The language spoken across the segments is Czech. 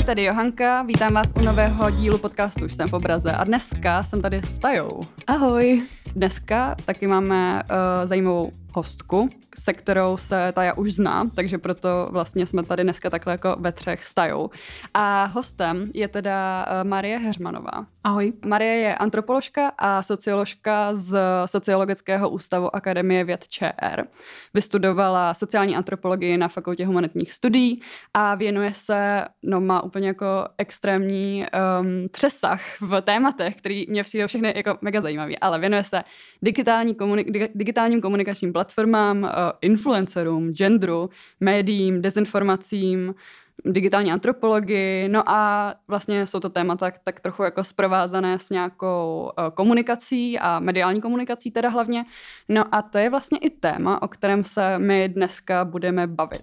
tady Johanka, vítám vás u nového dílu podcastu Jsem v obraze a dneska jsem tady s Tajou. Ahoj. Dneska taky máme zajímavou hostku, se kterou se Taja už zná, takže proto vlastně jsme tady dneska takhle jako ve třech s Tajou. A hostem je teda Marie Heřmanová. Ahoj. Marie je antropoložka a socioložka z Sociologického ústavu Akademie věd ČR. Vystudovala sociální antropologii na Fakultě humanitních studií a věnuje se, má úplně jako extrémní přesah v tématech, který mě přijdou všechny jako mega zajímavý, ale věnuje se digitálním komunikačním platformám, influencerům, genderu, médiím, dezinformacím, digitální antropologii, no a vlastně jsou to témata tak trochu jako zprovázané s nějakou komunikací a mediální komunikací teda hlavně. No a to je vlastně i téma, o kterém se my dneska budeme bavit.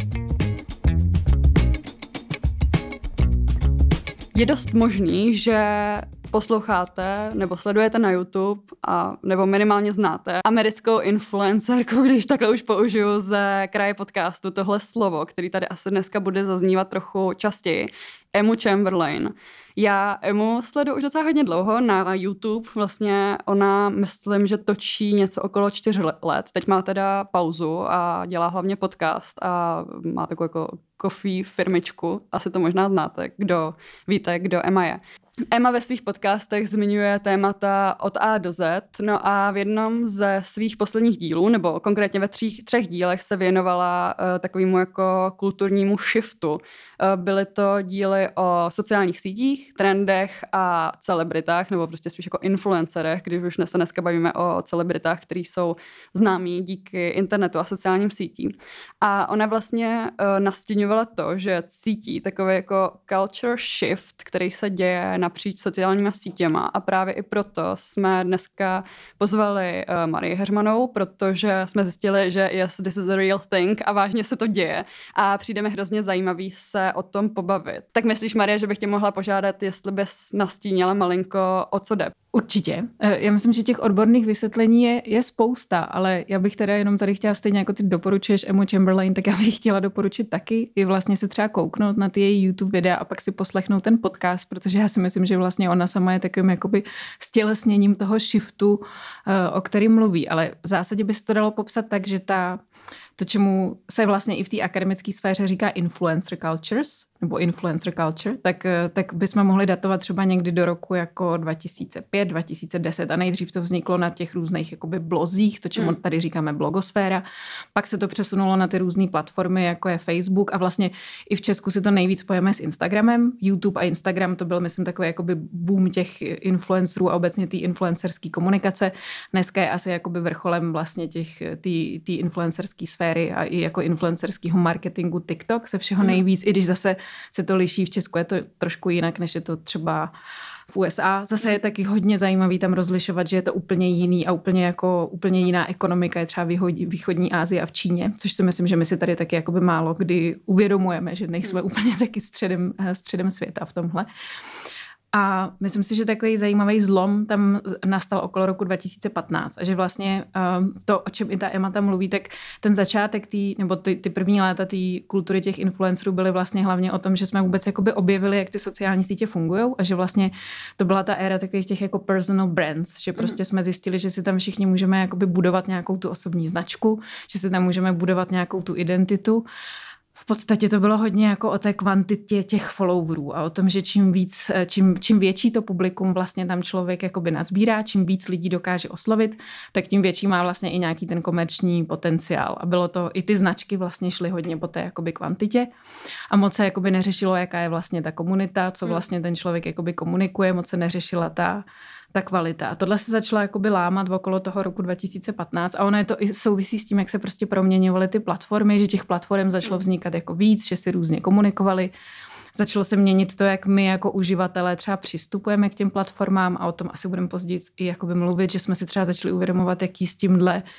Je dost možný, že posloucháte nebo sledujete na YouTube nebo minimálně znáte americkou influencerku, když takhle už použiju ze kraje podcastu tohle slovo, který tady asi dneska bude zaznívat trochu častěji. Emmu Chamberlain. Já Emmu sleduju už docela hodně dlouho na YouTube. Vlastně ona, myslím, že točí něco okolo 4 let. Teď má teda pauzu a dělá hlavně podcast a má takovou jako coffee firmičku. Asi to možná znáte, kdo víte, kdo Emma je. Emma ve svých podcastech zmiňuje témata od A do Z, no a v jednom ze svých posledních dílů, nebo konkrétně ve třech dílech se věnovala takovému jako kulturnímu shiftu. Byly to díly o sociálních sítích, trendech a celebritách, nebo prostě spíš jako influencerech, když už se dneska bavíme o celebritách, kteří jsou známí díky internetu a sociálním sítím. A ona vlastně nastěňovala to, že cítí takový jako culture shift, který se děje napříč sociálníma sítěma a právě i proto jsme dneska pozvali Marii Heřmanovou, protože jsme zjistili, že yes, this is a real thing a vážně se to děje a přijde mi hrozně zajímavý se o tom pobavit. Tak myslíš, Marie, že bych tě mohla požádat, jestli bys nastínila malinko, o co jde? Určitě. Já myslím, že těch odborných vysvětlení je spousta, ale já bych teda jenom tady chtěla stejně jako ty doporučuješ Emmu Chamberlain, tak já bych chtěla doporučit taky i vlastně se třeba kouknout na ty její YouTube videa a pak si poslechnout ten podcast, protože já si myslím, že vlastně ona sama je takovým jakoby stělesněním toho shiftu, o kterém mluví, ale v zásadě by se to dalo popsat tak, že to, čemu se vlastně i v té akademické sféře říká influencer cultures, nebo influencer culture, tak bychom mohli datovat třeba někdy do roku jako 2005, 2010 a nejdřív to vzniklo na těch různých jakoby blozích, to, čemu tady říkáme blogosféra, pak se to přesunulo na ty různé platformy, jako je Facebook a vlastně i v Česku si to nejvíc spojíme s Instagramem. YouTube a Instagram to byl, myslím, takový jakoby boom těch influencerů a obecně té influencerské komunikace. Dneska je asi jakoby vrcholem vlastně té influencerské sféry a i jako influencerského marketingu TikTok se všeho nejvíc, i když zase se to liší, v Česku je to trošku jinak, než je to třeba v USA. Zase je taky hodně zajímavý tam rozlišovat, že je to úplně jiný a úplně jiná ekonomika je třeba východní Asie a v Číně, což si myslím, že my si tady taky jakoby málo kdy uvědomujeme, že nejsme úplně taky středem světa v tomhle. A myslím si, že takový zajímavý zlom tam nastal okolo roku 2015 a že vlastně to, o čem i ta Emma tam mluví, tak ten začátek nebo ty první léta té kultury těch influencerů byly vlastně hlavně o tom, že jsme vůbec jakoby objevili, jak ty sociální sítě fungujou a že vlastně to byla ta éra takových těch jako personal brands, že prostě jsme zjistili, že si tam všichni můžeme jakoby budovat nějakou tu osobní značku, že si tam můžeme budovat nějakou tu identitu. V podstatě to bylo hodně jako o té kvantitě těch followerů a o tom, že čím větší to publikum vlastně tam člověk jakoby nazbírá, čím víc lidí dokáže oslovit, tak tím větší má vlastně i nějaký ten komerční potenciál. A bylo to, i ty značky vlastně šly hodně po té jakoby kvantitě a moc se jakoby neřešilo, jaká je vlastně ta komunita, co vlastně ten člověk jakoby komunikuje, moc se neřešila ta kvalita. A tohle se začalo jakoby lámat okolo toho roku 2015 a ono je to i souvisí s tím, jak se prostě proměňovaly ty platformy, že těch platform začalo vznikat jako víc, že si různě komunikovali. Začalo se měnit to, jak my jako uživatelé třeba přistupujeme k těm platformám a o tom asi budeme později i jakoby mluvit, že jsme si třeba začali uvědomovat, jaký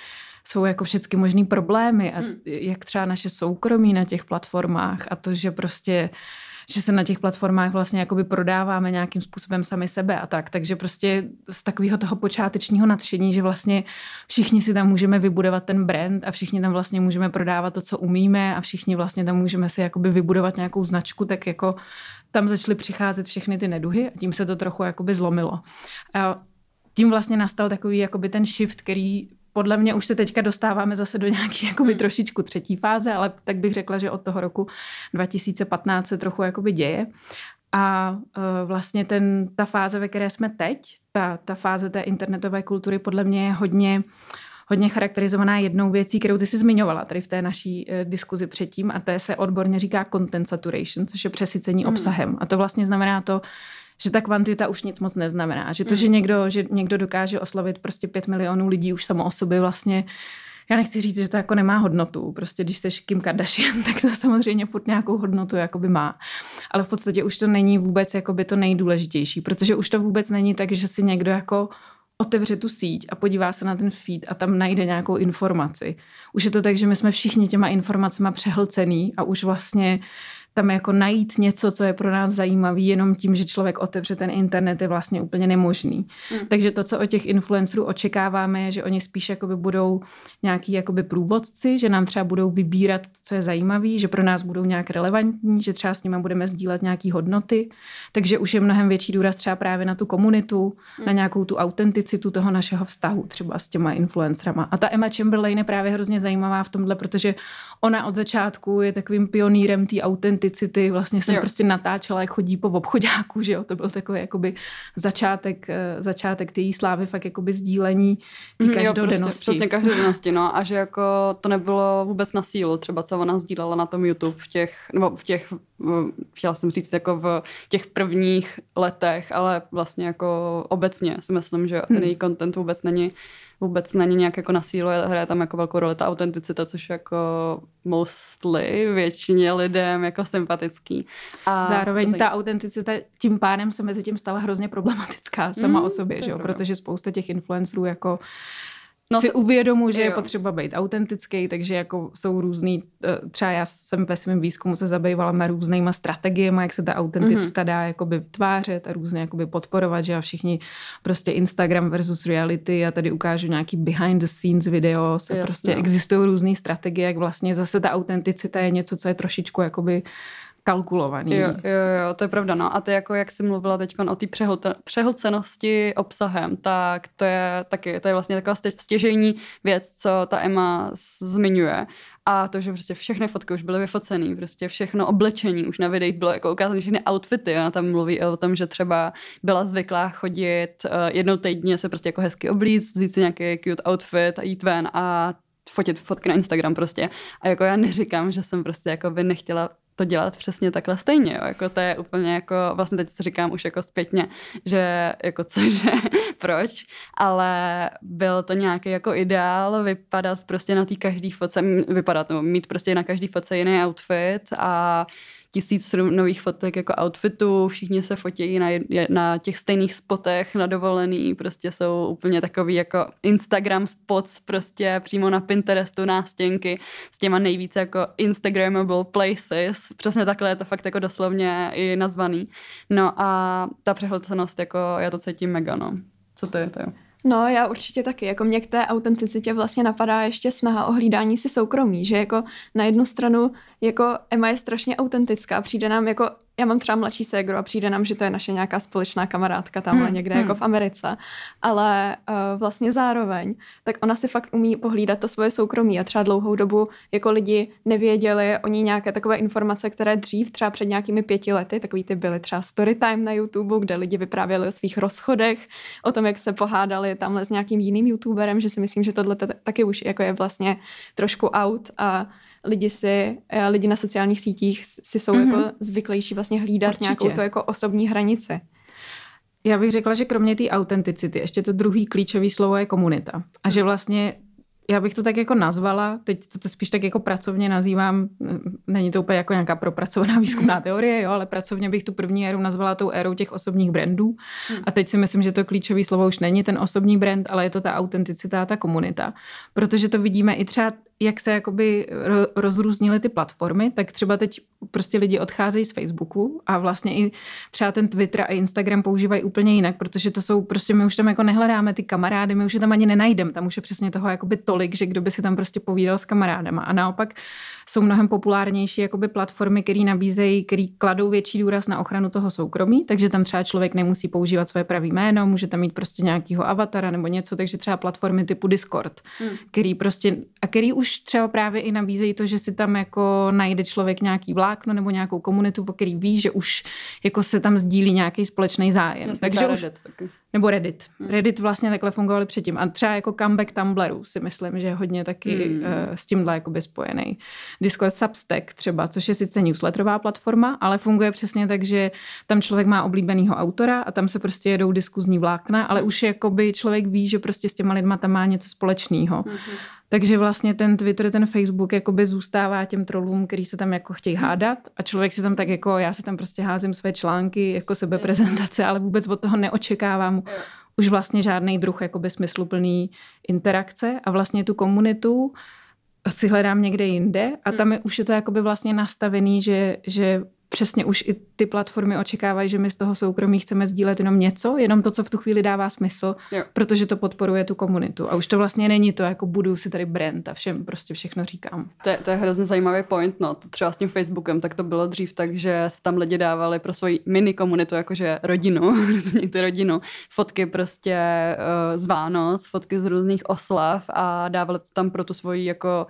jsou jako všechny možný problémy a jak třeba naše soukromí na těch platformách a to, že prostě že se na těch platformách vlastně jakoby prodáváme nějakým způsobem sami sebe a tak. Takže prostě z takového toho počátečního nadšení, že vlastně všichni si tam můžeme vybudovat ten brand a všichni tam vlastně můžeme prodávat to, co umíme a všichni vlastně tam můžeme si jakoby vybudovat nějakou značku, tak jako tam začaly přicházet všechny ty neduhy a tím se to trochu jakoby zlomilo. A tím vlastně nastal takový jakoby ten shift, který podle mě už se teďka dostáváme zase do nějaké jakoby trošičku třetí fáze, ale tak bych řekla, že od toho roku 2015 se trochu jakoby děje. A vlastně ta fáze, ve které jsme teď, ta fáze té internetové kultury podle mě je hodně charakterizovaná jednou věcí, kterou ty jsi zmiňovala tady v té naší diskuzi předtím a to se odborně říká content saturation, což je přesycení obsahem. A to vlastně znamená to, že ta kvantita už nic moc neznamená. Že to, že někdo dokáže oslovit prostě 5 milionů lidí už samo o sobě vlastně, já nechci říct, že to jako nemá hodnotu. Prostě když seš Kim Kardashian, tak to samozřejmě furt nějakou hodnotu jakoby má. Ale v podstatě už to není vůbec jakoby to nejdůležitější, protože už to vůbec není tak, že si někdo jako otevře tu síť a podívá se na ten feed a tam najde nějakou informaci. Už je to tak, že my jsme všichni těma informacema přehlcený a už vlastně tam jako najít něco, co je pro nás zajímavý, jenom tím, že člověk otevře ten internet, je vlastně úplně nemožný. Takže to, co od těch influencerů očekáváme, je, že oni spíš jakoby budou nějaký jakoby průvodci, že nám třeba budou vybírat to, co je zajímavý, že pro nás budou nějak relevantní, že třeba s nimi budeme sdílet nějaký hodnoty. Takže už je mnohem větší důraz třeba právě na tu komunitu, na nějakou tu autenticitu toho našeho vztahu třeba s těma influencerama. A ta Emma Chamberlain je právě hrozně zajímavá v tomhle, protože ona od začátku je takovým pionýrem té autenticity. Vlastně jsem prostě natáčela, jak chodí po obchoďáku, že jo, to byl takový jakoby začátek té její slávy, fakt jakoby sdílení té každodennosti. Přesně každodennosti, no, a že jako to nebylo vůbec na sílu, třeba co ona sdílela na tom YouTube chtěla jsem říct jako v těch prvních letech, ale vlastně jako obecně si myslím, že ten její content vůbec není nějak jako na sílu, hraje tam jako velkou roli ta autenticita, což jako mostly většině lidem jako sympatický. A zároveň ta autenticita tím pádem se mezi tím stala hrozně problematická sama o sobě, že jo? Protože spousta těch influencerů jako si uvědomuji, že je potřeba být autentický, takže jako jsou různý, třeba já jsem ve svém výzkumu se zabývala různýma strategiemi, jak se ta autenticita dá jakoby vytvářet a různě jakoby podporovat, že a všichni prostě Instagram versus reality a tady ukážu nějaký behind the scenes video, prostě existují různý strategie, jak vlastně zase ta autenticita je něco, co je trošičku jakoby kalkulovaný. Jo, to je pravda, no. A ty jako, jak jsi mluvila teď o té přehlcenosti obsahem, tak to je vlastně taková stěžejní věc, co ta Emma zmiňuje. A to, že prostě všechny fotky už byly vyfocený, prostě všechno oblečení už na videích bylo jako ukázané, všechny outfity. Ona tam mluví o tom, že třeba byla zvyklá chodit jednou týdně se prostě jako hezky oblíct, vzít si nějaký cute outfit a jít ven a fotit fotky na Instagram prostě. A jako já neříkám, že jsem prostě jako by nechtěla to dělat přesně takhle stejně, jo. Jako to je úplně jako, vlastně teď si říkám už jako zpětně, že jako cože, proč, ale byl to nějaký jako ideál vypadat prostě na té každý fotce, mít prostě na každý fotce jiný outfit a 1000 nových fotek jako outfitů, všichni se fotí na těch stejných spotech na dovolený, prostě jsou úplně takový jako Instagram spots prostě přímo na Pinterestu nástěnky s těma nejvíce jako Instagrammable places, přesně takhle je to fakt jako doslovně i nazvaný. No a ta přehlcenost jako já to cítím mega, no. Co to je to? No, já určitě taky. Jako mě k té autenticitě vlastně napadá ještě snaha o hlídání si soukromí, že jako na jednu stranu jako Emma je strašně autentická, přijde nám jako, já mám třeba mladší ségru a přijde nám, že to je naše nějaká společná kamarádka tamhle někde jako v Americe, ale vlastně zároveň, tak ona si fakt umí pohlídat to svoje soukromí a třeba dlouhou dobu jako lidi nevěděli o ní nějaké takové informace, které dřív třeba před nějakými 5 lety, takový ty byly třeba storytime na YouTube, kde lidi vyprávěli o svých rozchodech, o tom, jak se pohádali tamhle s nějakým jiným youtuberem, že si myslím, že tohle taky už jako je vlastně trošku out a lidi na sociálních sítích si jsou jako zvyklejší vlastně hlídat nějakou to jako osobní hranici. Já bych řekla, že kromě té autenticity ještě to druhý klíčový slovo je komunita. A že vlastně já bych to tak jako nazvala, teď to spíš tak jako pracovně nazývám, není to úplně jako nějaká propracovaná výzkumná teorie, jo, ale pracovně bych tu první éru nazvala tou érou těch osobních brandů. A teď si myslím, že to klíčový slovo už není ten osobní brand, ale je to ta autenticita, ta komunita. Protože to vidíme i třeba, jak se jakoby rozrůznily ty platformy, tak třeba teď prostě lidi odcházejí z Facebooku a vlastně i třeba ten Twitter a Instagram používají úplně jinak, protože to jsou prostě, my už tam jako nehledáme ty kamarády, my už je tam ani nenajdeme, tam už je přesně toho jakoby tolik, že kdo by si tam prostě povídal s kamarádama. A naopak jsou mnohem populárnější jakoby platformy, které nabízejí, které kladou větší důraz na ochranu toho soukromí, takže tam třeba člověk nemusí používat svoje pravý jméno, může tam mít prostě nějakýho avatara nebo něco, takže třeba platformy typu Discord, který už třeba právě i nabízejí to, že si tam jako najde člověk nějaký vlákno nebo nějakou komunitu, o který ví, že už jako se tam sdílí nějaký společný zájem. Jasně, takže už Reddit taky. Nebo Reddit. Reddit vlastně takhle fungovaly předtím. A třeba jako comeback Tumblru si myslím, že je hodně taky s tímhle jakoby spojený. Discord Substack třeba, což je sice newsletterová platforma, ale funguje přesně tak, že tam člověk má oblíbenýho autora a tam se prostě jedou diskuzní vlákna, ale už jakoby člověk ví, že prostě s těma lidma tam má něco společného. Takže vlastně ten Twitter, ten Facebook jakoby zůstává těm trollům, který se tam jako chtějí hádat a člověk si tam tak jako, já si tam prostě házím své články jako sebeprezentace, ale vůbec od toho neočekávám už vlastně žádný druh jakoby smysluplný interakce a vlastně tu komunitu si hledám někde jinde a tam už je to jakoby vlastně nastavený, že přesně už i ty platformy očekávají, že my z toho soukromí chceme sdílet jenom to, co v tu chvíli dává smysl, protože to podporuje tu komunitu. A už to vlastně není to, jako budu si tady brand a všem prostě všechno říkám. To je hrozně zajímavý point, no. To třeba s tím Facebookem, tak to bylo dřív tak, že se tam lidi dávali pro svoji mini komunitu, jakože rodinu, rozumíte, rodinu, fotky prostě z Vánoc, fotky z různých oslav a dávali to tam pro tu svoji jako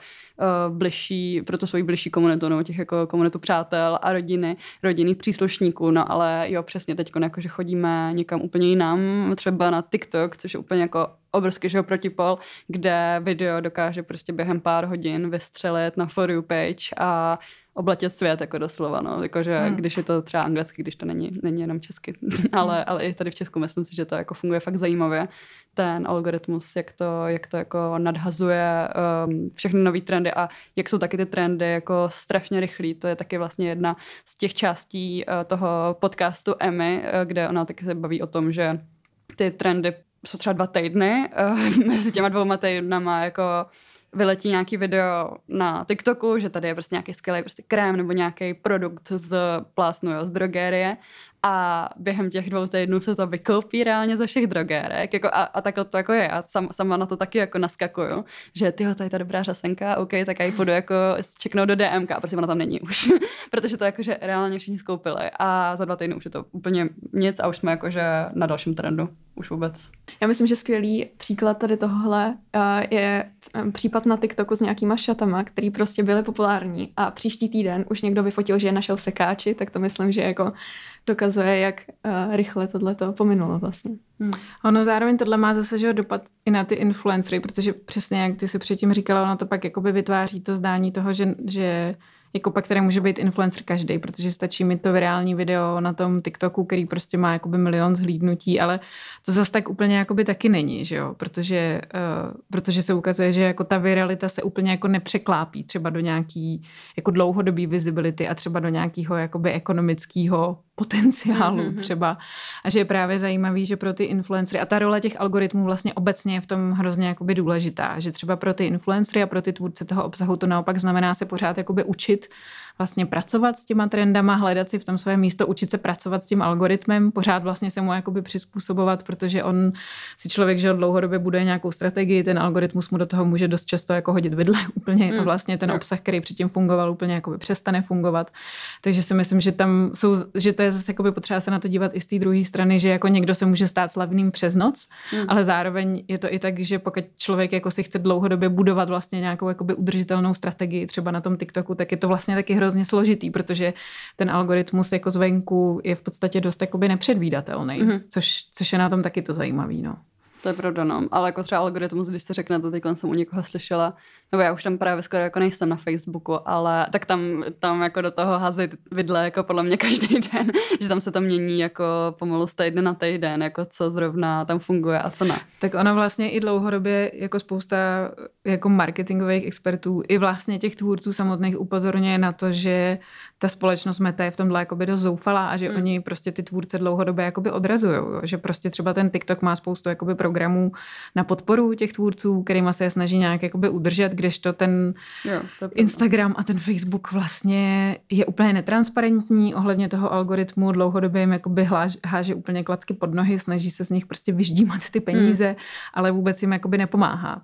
bližší komunitu, nebo těch jako komunitu přátel a rodinných příslušníků, no ale jo, přesně teď jako, že chodíme někam úplně jinam, třeba na TikTok, což je úplně jako obrovský protipol, kde video dokáže prostě během pár hodin vystřelit na For You page a obletět svět, jako doslova, no, jakože když je to třeba anglicky, když to není jenom česky, ale i tady v Česku myslím si, že to jako funguje fakt zajímavě, ten algoritmus, jak to jako nadhazuje všechny nový trendy a jak jsou taky ty trendy jako strašně rychlý, to je taky vlastně jedna z těch částí toho podcastu Emmy, kde ona taky se baví o tom, že ty trendy jsou třeba 2 týdny, mezi těma 2 týdnama jako vyletí nějaký video na TikToku, že tady je prostě nějaký skvělý prostě krém nebo nějaký produkt z plásnu, z drogérie a během těch 2 týdnů se to vykoupí reálně ze všech drogérek jako a takhle to jako je. Já sama na to taky jako naskakuju, že tyjo, to je ta dobrá řasenka, OK, tak já ji půjdu jako čeknout do DMK, protože ona tam není už, protože to jakože reálně všichni skoupili a za 2 týdny už je to úplně nic a už jsme jakože na dalším trendu. Už vůbec. Já myslím, že skvělý příklad tady tohle je případ na TikToku s nějakýma šatama, který prostě byly populární a příští týden už někdo vyfotil, že je našel v sekáči, tak to myslím, že jako dokazuje, jak rychle tohleto pominulo vlastně. Ono zároveň tohle má zase že dopad i na ty influencery, protože přesně jak ty si předtím říkala, ono to pak jakoby vytváří to zdání toho, že jako pak tady může být influencer každý, protože stačí mít to virální video na tom TikToku, který prostě má jakoby milion zhlídnutí, ale to zase tak úplně jakoby taky není, že jo, protože se ukazuje, že jako ta viralita se úplně jako nepřeklápí třeba do nějaký jako dlouhodobý visibility a třeba do nějakého jakoby ekonomického potenciálu třeba. A že je právě zajímavý, že pro ty influencery a ta role těch algoritmů vlastně obecně je v tom hrozně jakoby důležitá, že třeba pro ty influencery a pro ty tvůrce toho obsahu to naopak znamená se pořád jakoby učit vlastně pracovat s těma trendama, hledat si v tom své místo, učit se pracovat s tím algoritmem, pořád vlastně se mu jakoby přizpůsobovat, protože on si člověk, že dlouhodobě buduje nějakou strategii, ten algoritmus mu do toho může dost často jako hodit vidle úplně a vlastně ten obsah, který předtím fungoval, úplně jakoby přestane fungovat. Takže si myslím, že tam jsou, že to je zase jakoby potřeba se na to dívat i z té druhé strany, že jako někdo se může stát slavným přes noc, ale zároveň je to i tak, že pokud člověk jako si chce dlouhodobě budovat vlastně nějakou jakoby udržitelnou strategii třeba na tom TikToku, tak je to vlastně taky hrozně složitý, protože ten algoritmus jako zvenku je v podstatě dost jakoby nepředvídatelný, což je na tom taky to zajímavý, no. To je pravda, no. Ale jako třeba algoritmus, když se řekne to, teď jsem u někoho slyšela, nebo já už tam právě skoro jako nejsem na Facebooku, ale tak tam jako do toho hází vidle jako podle mě každý den, že tam se to mění jako pomalu z týdne na týden, jako co zrovna tam funguje a co ne. Tak ona vlastně i dlouhodobě jako spousta jako marketingových expertů i vlastně těch tvůrců samotných upozorňuje na to, že ta společnost Meta je v tomhle jakoby dost zoufalá a že oni prostě ty tvůrce dlouhodobě jakoby odrazujou, jo? Že prostě třeba ten TikTok má spoustu jakoby programů na podporu těch tvůrců, kterýma se je snaží nějak jakoby udržet, kdežto ten Instagram a ten Facebook vlastně je úplně netransparentní ohledně toho algoritmu, dlouhodobě jim jakoby háže úplně klacky pod nohy, snaží se z nich prostě vyždímat ty peníze, ale vůbec jim jakoby nepomáhá,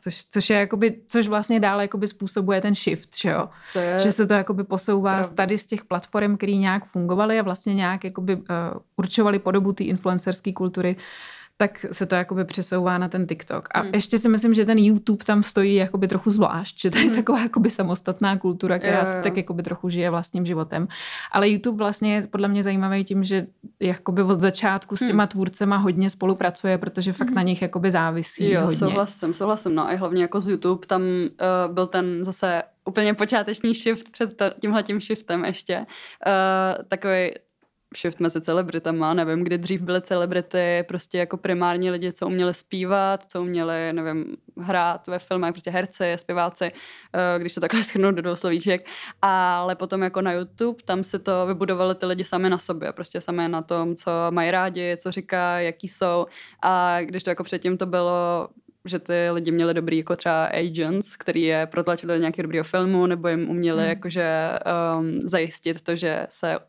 což vlastně dále jakoby způsobuje ten shift, že jo? Že se to jakoby posouvá tady z těch platform, které nějak fungovaly a vlastně nějak jakoby určovaly podobu té influencerské kultury, tak se to jakoby přesouvá na ten TikTok. A ještě si myslím, že ten YouTube tam stojí jakoby trochu zvlášť, že to je taková jakoby samostatná kultura, která se tak jakoby trochu žije vlastním životem. Ale YouTube vlastně je podle mě zajímavý tím, že jakoby od začátku s těma tvůrcema hodně spolupracuje, protože fakt na nich jakoby závisí hodně. Souhlasím. No a hlavně jako z YouTube tam byl ten zase úplně počáteční shift před tímhletím shiftem ještě. Takový shift mezi celebritama, nevím, kdy dřív byly celebrity prostě jako primární lidi, co uměli zpívat, co uměli, nevím, hrát ve filmech, prostě herci, zpěváci, když to takhle shrnu do dvou slovíček, ale potom jako na YouTube, tam si to vybudovali ty lidi sami na sobě, prostě sami na tom, co mají rádi, co říkají, jaký jsou a když to jako předtím to bylo, že ty lidi měli dobrý jako třeba agents, který je protlačili do nějakého dobrého filmu, nebo jim uměli jakože zajistit to, že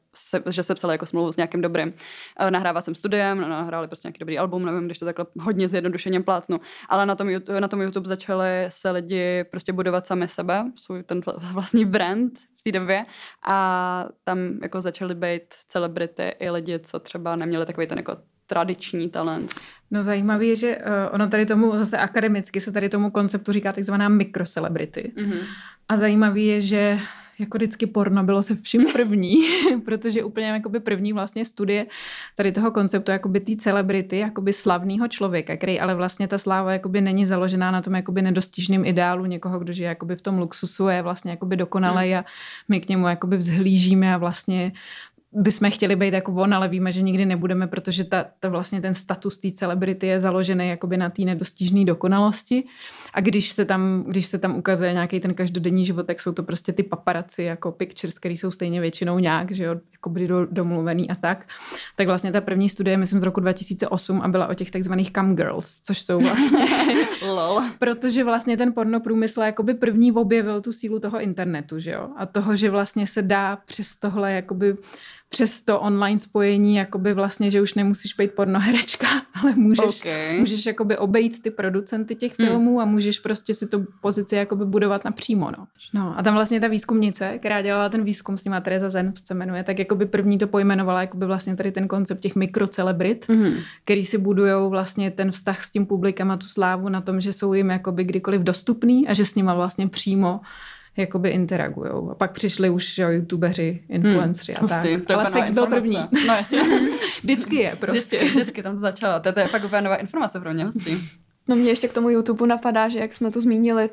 se psali jako smlouvu s nějakým dobrým nahrávacím studiem, nahráli prostě nějaký dobrý album, nevím, když to takhle hodně zjednodušeně plácnu, ale na tom YouTube začali se lidi prostě budovat sami sebe, svůj ten vlastní brand v té době a tam jako začaly být celebrity i lidi, co třeba neměli takový ten jako tradiční talent. No zajímavé je, že ono tady tomu zase akademicky se tady tomu konceptu říká takzvaná mikrocelebrity. A zajímavé je, že jako vždycky porno bylo se vším první, protože úplně jakoby první vlastně studie tady toho konceptu jakoby té celebrity, jakoby slavného člověka, který ale vlastně ta sláva jakoby není založená na tom jakoby nedostižným ideálu někoho, kdo žije jakoby v tom luxusu, je vlastně jakoby dokonalej a my k němu jakoby vzhlížíme a vlastně bychom chtěli být jako on, ale víme, že nikdy nebudeme, protože vlastně ten status té celebrity je založený jakoby na té nedostižné dokonalosti. A když se tam ukazuje nějaký ten každodenní život, tak jsou to prostě ty paparazzi jako pictures, který jsou stejně většinou nějak, že jo, jako byli domluvený a tak. Tak vlastně ta první studie, myslím z roku 2008 a byla o těch takzvaných cam girls, což jsou vlastně lol. Protože vlastně ten pornoprůmysl jakoby první objevil tu sílu toho internetu, že jo? A toho, že vlastně se dá přes tohle jakoby přes to online spojení, jakoby vlastně, že už nemusíš být pornoherečka, ale můžeš jakoby obejít ty producenty těch filmů a můžeš prostě si tu pozici jakoby budovat napřímo, no. A tam vlastně ta výzkumnice, která dělala ten výzkum s nima, Tereza Zen se jmenuje, tak jakoby první to pojmenovala jakoby vlastně tady ten koncept těch mikrocelebrit, který si budujou vlastně ten vztah s tím publikem a tu slávu na tom, že jsou jim jakoby kdykoliv dostupný a že s nima vlastně přímo jakoby interagujou. A pak přišli už youtubeři, influenceri a tak. Ale sex byl první. No jasně. Vždycky je prostě. Vždycky tam to začalo. To je fakt úplně nová informace pro mě. Hustý. No mě ještě k tomu YouTube napadá, že jak jsme tu zmínili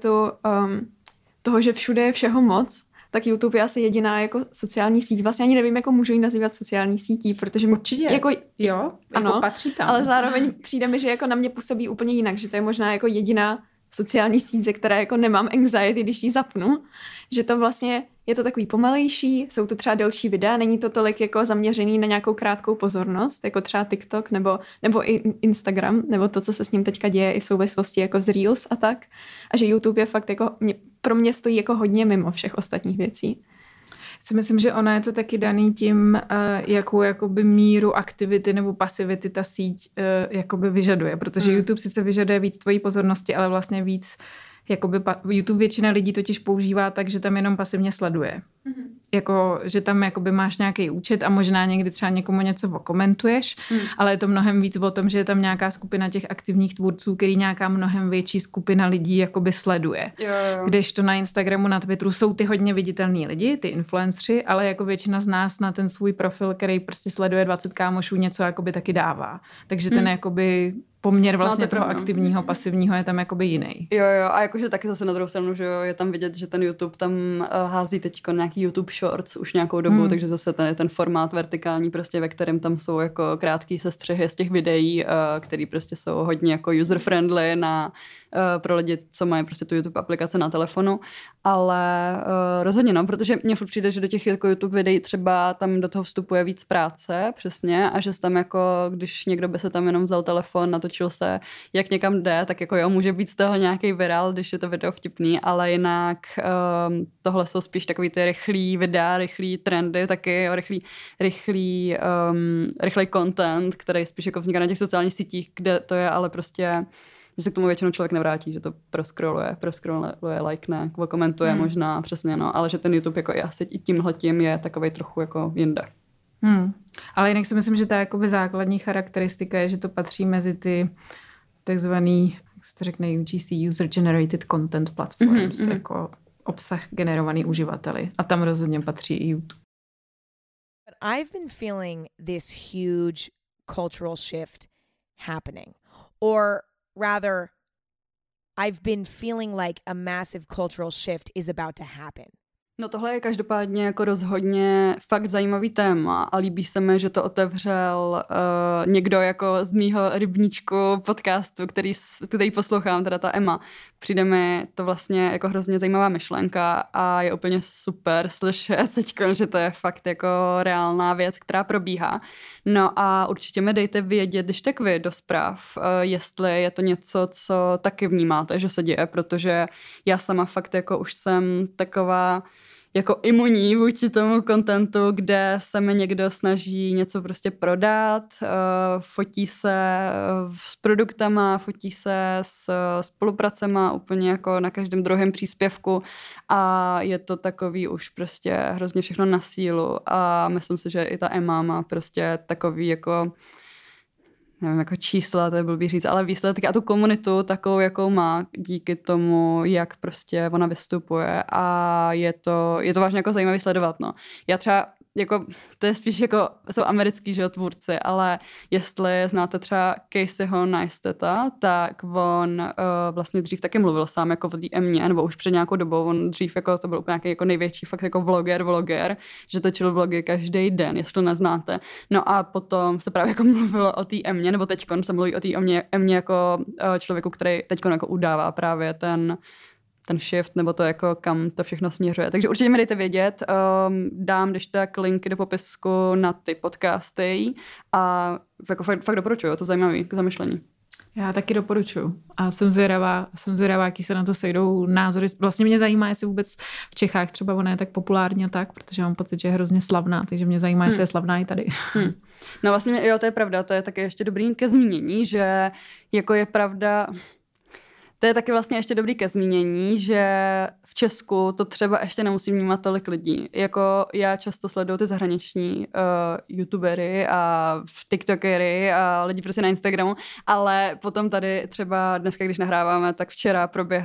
toho, že všude je všeho moc, tak YouTube je asi jediná jako sociální síť. Vlastně ani nevím, jako můžu ji nazývat sociální sítí, protože určitě. Jako, jo, ano, jako patří tam. Ale zároveň přijde mi, že jako na mě působí úplně jinak, že to je možná jako jediná sociální síť, ze které jako nemám anxiety, když ji zapnu, že to vlastně je to takový pomalejší, jsou to třeba delší videa, není to tolik jako zaměřený na nějakou krátkou pozornost, jako třeba TikTok nebo i Instagram, nebo to, co se s ním teďka děje i v souvislosti jako z Reels a tak. A že YouTube je fakt jako, pro mě stojí jako hodně mimo všech ostatních věcí. Si myslím, že ona je to taky daný tím, jakou jakoby míru aktivity nebo pasivity ta síť jakoby vyžaduje, protože YouTube sice vyžaduje víc tvojí pozornosti, ale vlastně víc jakoby YouTube většina lidí totiž používá tak, že tam jenom pasivně sleduje. Jako, že tam jakoby máš nějaký účet a možná někdy třeba někomu něco okomentuješ, ale je to mnohem víc o tom, že je tam nějaká skupina těch aktivních tvůrců, který nějaká mnohem větší skupina lidí jakoby sleduje. Jo. Kdežto na Instagramu, na Twitteru jsou ty hodně viditelní lidi, ty influenceri, ale jako většina z nás na ten svůj profil, který prostě sleduje 20 kámošů, něco jakoby taky dává. Takže ten jakoby poměr vlastně toho aktivního, pasivního je tam jakoby jiný. Jo, a jakože taky zase na druhou stranu, že jo, je tam vidět, že ten YouTube tam hází teďko nějaký YouTube Shorts už nějakou dobu, takže zase ten formát vertikální prostě, ve kterém tam jsou jako krátký sestřihy z těch videí, který prostě jsou hodně jako user-friendly pro lidi, co mají prostě tu YouTube aplikaci na telefonu, ale rozhodně no, protože mně furt přijde, že do těch jako YouTube videí třeba tam do toho vstupuje víc práce, přesně, a že tam jako, když někdo by se tam jenom vzal telefon, natočil se, jak někam jde, tak jako jo, může být z toho nějaký virál, když je to video vtipný, ale jinak tohle jsou spíš takový ty rychlý videa, rychlý trendy, taky rychlý content, který spíš jako vzniká na těch sociálních sítích, kde to je, ale prostě že se k tomu většinou člověk nevrátí, že to proscrolluje, lajkne, komentuje možná, přesně, no, ale že ten YouTube jako asi i tímhletím je takovej trochu jako jinde. Ale jinak si myslím, že ta jakoby základní charakteristika je, že to patří mezi ty takzvaný, jak se to řekne, UGC, User Generated Content Platforms, jako obsah generovaný uživateli. A tam rozhodně patří i YouTube. I've been feeling this huge cultural shift happening. Or rather, I've been feeling like a massive cultural shift is about to happen. No tohle je každopádně jako rozhodně fakt zajímavý téma a líbí se mi, že to otevřel někdo jako z mýho rybníčku podcastu, který poslouchám, teda ta Emma. Přijde mi to vlastně jako hrozně zajímavá myšlenka a je úplně super slyšet teďko, že to je fakt jako reálná věc, která probíhá. No a určitě mi dejte vědět, když tak vy do zpráv, jestli je to něco, co taky vnímáte, že se děje, protože já sama fakt jako už jsem taková jako imunní vůči tomu kontentu, kde se mi někdo snaží něco prostě prodat, fotí se s produktama, fotí se s spolupracema úplně jako na každém druhém příspěvku a je to takový už prostě hrozně všechno na sílu a myslím si, že i ta Emma má prostě takový jako nevím, jako čísla, to je blbý říct, ale výsledky a tu komunitu takovou, jakou má díky tomu, jak prostě ona vystupuje a je to vážně jako zajímavý sledovat, no. Já třeba jako, to je spíš jako, jsou americký, že jo, tvůrci, ale jestli znáte třeba Caseyho Neistata, tak on vlastně dřív taky mluvil sám jako o té Emě, nebo už před nějakou dobou, on dřív jako, to byl nějaký jako největší fakt jako vloger, že točil vlogy každý den, jestli neznáte. No a potom se právě jako mluvilo o té Emě, nebo teďkon se mluví o té Emě jako člověku, který teďkon jako udává právě ten shift, nebo to jako kam to všechno směřuje. Takže určitě mi dejte vědět. Dám když tak linky do popisku na ty podcasty a jako fakt doporučuju, to zajímavý k zamyšlení. Já taky doporučuju. A jsem zvědavá, jaký se na to sejdou názory. Vlastně mě zajímá, jestli vůbec v Čechách třeba ona je tak populární a tak, protože mám pocit, že je hrozně slavná, takže mě zajímá, jestli je slavná i tady. No vlastně, jo, to je pravda, to je taky ještě dobrý ke zmínění, že jako je pravda. To je taky vlastně ještě dobrý ke zmínění, že v Česku to třeba ještě nemusí vnímat tolik lidí. Jako já často sleduju ty zahraniční youtubery a tiktokery a lidi prostě na Instagramu, ale potom tady třeba dneska, když nahráváme, tak včera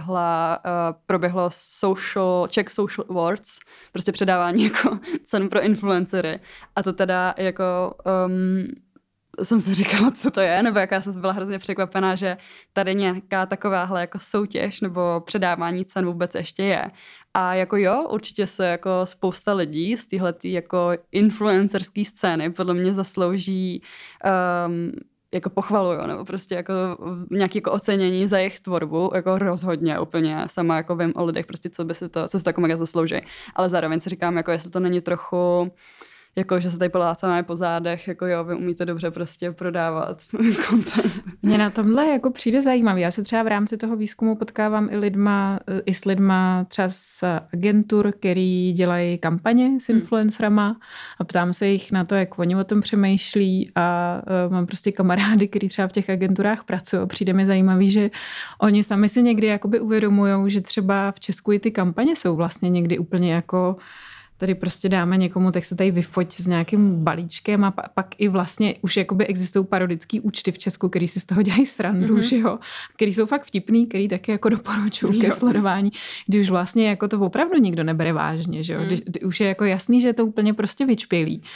proběhlo Czech Social Awards, prostě předávání jako cen pro influencery. A to teda jako jsem si říkala, co to je, nebo jaká jsem byla hrozně překvapená, že tady nějaká takováhle jako soutěž nebo předávání cen vůbec ještě je. A jako jo, určitě se jako spousta lidí z téhletý jako influencerský scény podle mě zaslouží jako pochvaluju, nebo prostě jako nějaké jako ocenění za jejich tvorbu, jako rozhodně úplně, sama jako vím o lidech, prostě co se to jako mega zaslouží. Ale zároveň si říkám, jako jestli to není trochu jako, že se tady polácáme po zádech, jako jo, vy umíte dobře prostě prodávat content. Mně na tomhle jako přijde zajímavý. Já se třeba v rámci toho výzkumu potkávám i s lidma třeba z agentur, který dělají kampaně s influencerama a ptám se jich na to, jak oni o tom přemýšlí a mám prostě kamarády, který třeba v těch agenturách pracují. Přijde mi zajímavý, že oni sami si někdy jakoby uvědomujou, že třeba v Česku i ty kampaně jsou vlastně někdy úplně jako tady prostě dáme někomu, tak se tady vyfoť s nějakým balíčkem a pak i vlastně už jakoby existují parodický účty v Česku, který si z toho dělají srandu, že jo, který jsou fakt vtipný, který taky jako doporučuju ke sledování, když už vlastně jako to opravdu nikdo nebere vážně, že jo, když už je jako jasný, že je to úplně prostě vyčpělý.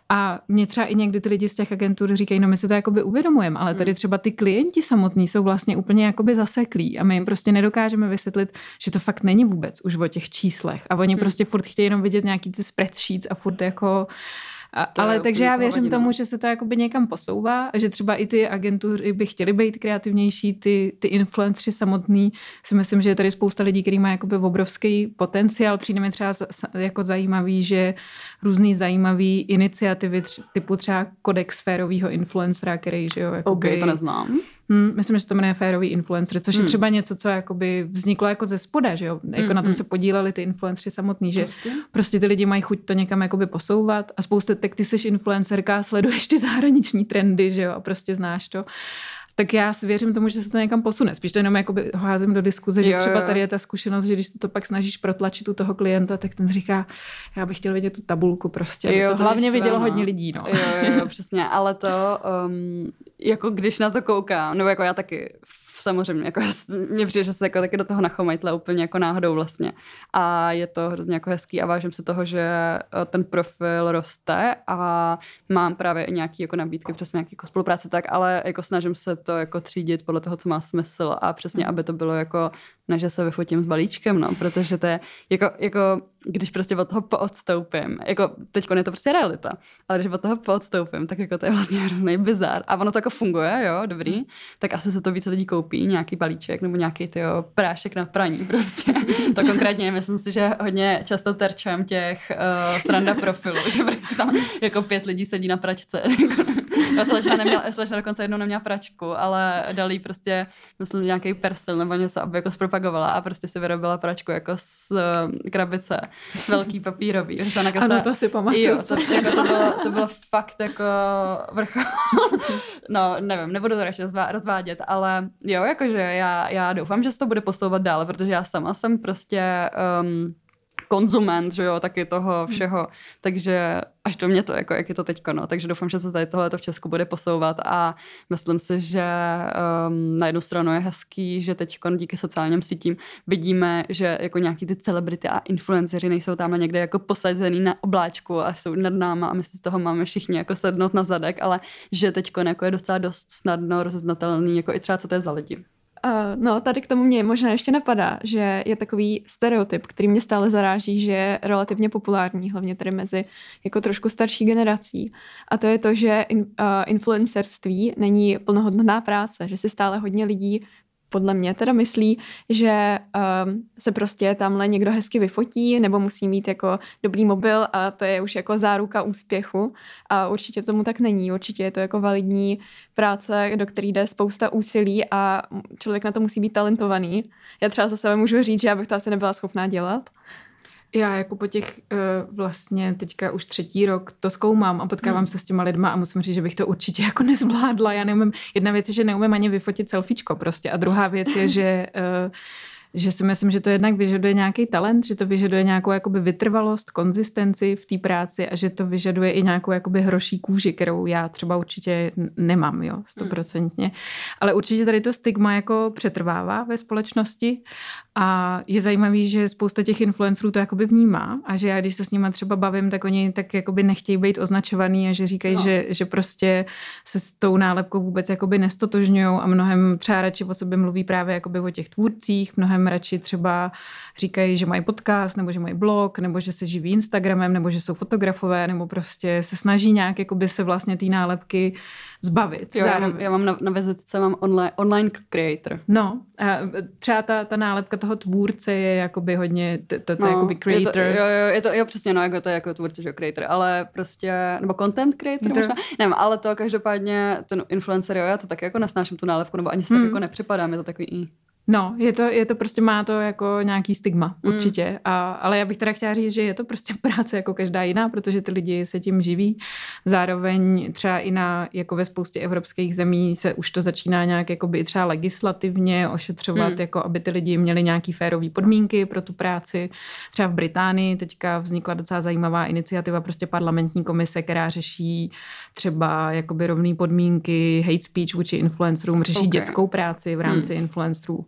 A mě třeba i někdy ty lidi z těch agentur říkají, no my si to jakoby uvědomujeme, ale tady třeba ty klienti samotní jsou vlastně úplně jakoby zaseklí a my jim prostě nedokážeme vysvětlit, že to fakt není vůbec už o těch číslech a oni prostě furt chtějí jenom vidět nějaký ty spreadsheets a furt jako... Ale takže já věřím tomu, že se to jakoby někam posouvá a že třeba i ty agentury by chtěly být kreativnější, ty influenceri samotný. Si myslím, že je tady spousta lidí, kteří mají jakoby obrovský potenciál. Přijde mi třeba jako zajímavý, že různý zajímavý iniciativy typu třeba kodex férovýho influencera, který, že jo, jakoby... OK, to neznám. Myslím, že se to jmenuje férový influencer, což je třeba něco, co jakoby vzniklo jako ze spoda, že jo? Jako na tom se podíleli ty influenceri samotný, že prostě ty lidi mají chuť to někam jakoby posouvat a spousta, tak ty seš influencerka, sleduješ ty zahraniční trendy, že jo? A prostě znáš to. Tak já si věřím tomu, že se to někam posune. Spíš to jenom jakoby házím do diskuze, že třeba tady je ta zkušenost, že když to pak snažíš protlačit u toho klienta, tak ten říká, já bych chtěl vidět tu tabulku prostě. To hlavně vidělo hodně lidí, no. Jo, přesně, ale to, jako když na to koukám, nebo jako já taky samozřejmě, jako mně přijde, že se jako taky do toho nachomajtle úplně jako náhodou vlastně. A je to hrozně jako hezký a vážím si toho, že ten profil roste a mám právě i nějaký jako nabídky, přesně nějaký jako spolupráce tak, ale jako snažím se to jako třídit podle toho, co má smysl a přesně, aby to bylo jako, ne, že se vyfotím s balíčkem, no, protože to je jako když prostě od toho poodstoupím, jako teďko je to prostě realita, ale když od toho poodstoupím, tak jako to je vlastně hrozný bizar a ono to jako funguje, jo, dobrý, tak asi se to více lidí koupí, nějaký balíček nebo nějaký prášek na praní prostě. To konkrétně myslím si, že hodně často terčem těch sranda profilů, že prostě tam jako 5 lidí sedí na pračce. Slečna dokonce jednou neměla pračku, ale dali jí prostě, myslím, nějaký persil nebo něco, aby jako zpropagovala a prostě si vyrobila pračku jako z krabice velký papírový. Ano, to si pamatuju. To bylo fakt jako vrchol. No, nevím, nebudu to radši rozvádět, ale jo, jakože já doufám, že se to bude posouvat dále, protože já sama jsem prostě konzument, že jo, taky toho všeho, takže až do mě to, jako jak je to teďko, no, takže doufám, že se tady tohleto v Česku bude posouvat a myslím si, že na jednu stranu je hezký, že teďko díky sociálním sítím vidíme, že jako nějaký ty celebrity a influenceři nejsou tam někde jako posazený na obláčku a jsou nad náma a my si z toho máme všichni jako sednout na zadek, ale že teďko jako je docela dost snadno rozeznatelný, jako i třeba co to je za lidi. No, tady k tomu mě možná ještě napadá, že je takový stereotyp, který mě stále zaráží, že je relativně populární, hlavně tady mezi jako trošku starší generací. A to je to, že influencerství není plnohodnotná práce, že si stále hodně lidí podle mě teda myslí, že se prostě tamhle někdo hezky vyfotí nebo musí mít jako dobrý mobil a to je už jako záruka úspěchu a určitě tomu tak není. Určitě je to jako validní práce, do které jde spousta úsilí a člověk na to musí být talentovaný. Já třeba za sebe můžu říct, že já bych to asi nebyla schopná dělat. Já jako po těch vlastně teďka už 3. rok to zkoumám a potkávám se s těma lidma a musím říct, že bych to určitě jako nezvládla. Já neumím, jedna věc je, že neumím ani vyfotit selfiečko prostě a druhá věc je, že si myslím, že to jednak vyžaduje nějaký talent, že to vyžaduje nějakou jakoby vytrvalost, konzistenci v té práci a že to vyžaduje i nějakou jakoby hroší kůži, kterou já třeba určitě nemám, jo, 100%. Ale určitě tady to stigma jako přetrvává ve společnosti a je zajímavý, že spousta těch influencerů to jakoby vnímá a že já, když se s nima třeba bavím, tak oni tak jakoby nechtějí být označovaný a že říkají, že prostě se s tou nálepkou vůbec jakoby nestotožňujou a mnohem třeba radši o sobě mluví právě jakoby o těch tvůrcích, mnohem radši třeba říkají, že mají podcast, nebo že mají blog, nebo že se živí Instagramem, nebo že jsou fotografové, nebo prostě se snaží nějak jakoby se vlastně té nálepky zbavit. Jo, já mám na vizitce mám online creator. No, a třeba ta nálepka toho tvůrce je jakoby hodně, to jakoby creator. Je to přesně, no, jako to je jako tvůrce, že creator, ale prostě, nebo content creator možná, nevím, ale to každopádně ten influencer, jo, já to tak jako nesnáším tu nálepku, nebo ani si tak jako nepřipadám, je to takový No, je to prostě, má to jako nějaký stigma, určitě. Ale já bych teda chtěla říct, že je to prostě práce jako každá jiná, protože ty lidi se tím živí. Zároveň třeba i jako ve spoustě evropských zemí se už to začíná nějak jakoby třeba legislativně ošetřovat, jako aby ty lidi měli nějaký férový podmínky pro tu práci. Třeba v Británii teďka vznikla docela zajímavá iniciativa, prostě parlamentní komise, která řeší třeba jakoby rovné podmínky, hate speech vůči influencerům, řeší dětskou práci v rámci influencerů.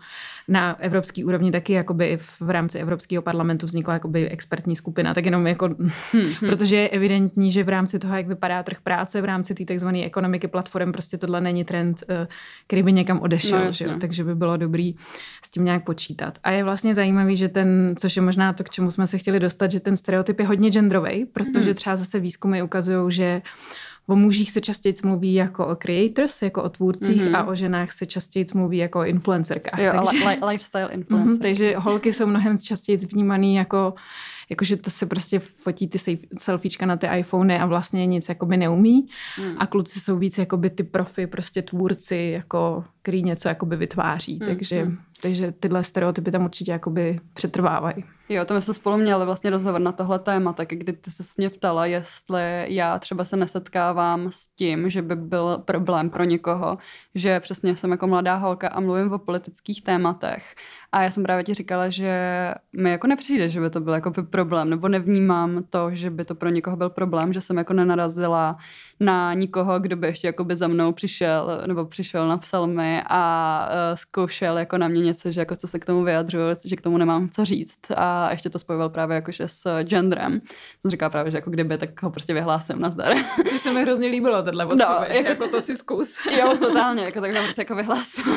na evropský úrovni taky jakoby v rámci Evropského parlamentu vznikla jakoby expertní skupina, tak jenom jako, protože je evidentní, že v rámci toho, jak vypadá trh práce, v rámci té takzvané ekonomiky platform, prostě tohle není trend, který by někam odešel, že jo? Takže by bylo dobrý s tím nějak počítat. A je vlastně zajímavý, že což je možná to, k čemu jsme se chtěli dostat, že ten stereotyp je hodně genderový, protože třeba zase výzkumy ukazují, že o mužích se častěji mluví jako o creators, jako o tvůrcích a o ženách se častěji mluví jako o influencerkách. Jo, lifestyle influencer. Takže holky jsou mnohem častěji vnímaný jako že to se prostě fotí ty selfiečka na ty iPhony a vlastně nic jakoby neumí. A kluci jsou víc jakoby ty profi, prostě tvůrci, jako, který něco jakoby vytváří. Takže tyhle stereotypy tam určitě jakoby přetrvávají. Jo, to my jsme spolu měli vlastně rozhovor na tohle téma, tak kdy ty se mě ptala, jestli já třeba se nesetkávám s tím, že by byl problém pro někoho, že přesně jsem jako mladá holka a mluvím o politických tématech. A já jsem právě ti říkala, že mi jako nepřijde, že by to byl jako problém, nebo nevnímám to, že by to pro někoho byl problém, že jsem jako nenarazila na nikoho, kdo by ještě jakoby za mnou přišel, napsal mi a zkoušel jako na mě něco, že jako co se k tomu vyjadřuju, že k tomu nemám co říct. A ještě to spojoval právě jakože s genderem. Jsem říkala právě, že jako kdyby, tak ho prostě vyhlásím, nazdar. Což se mi hrozně líbilo, tohle odpověď, jako to si zkus. Jo, totálně, jako tak prostě jako vyhlásila.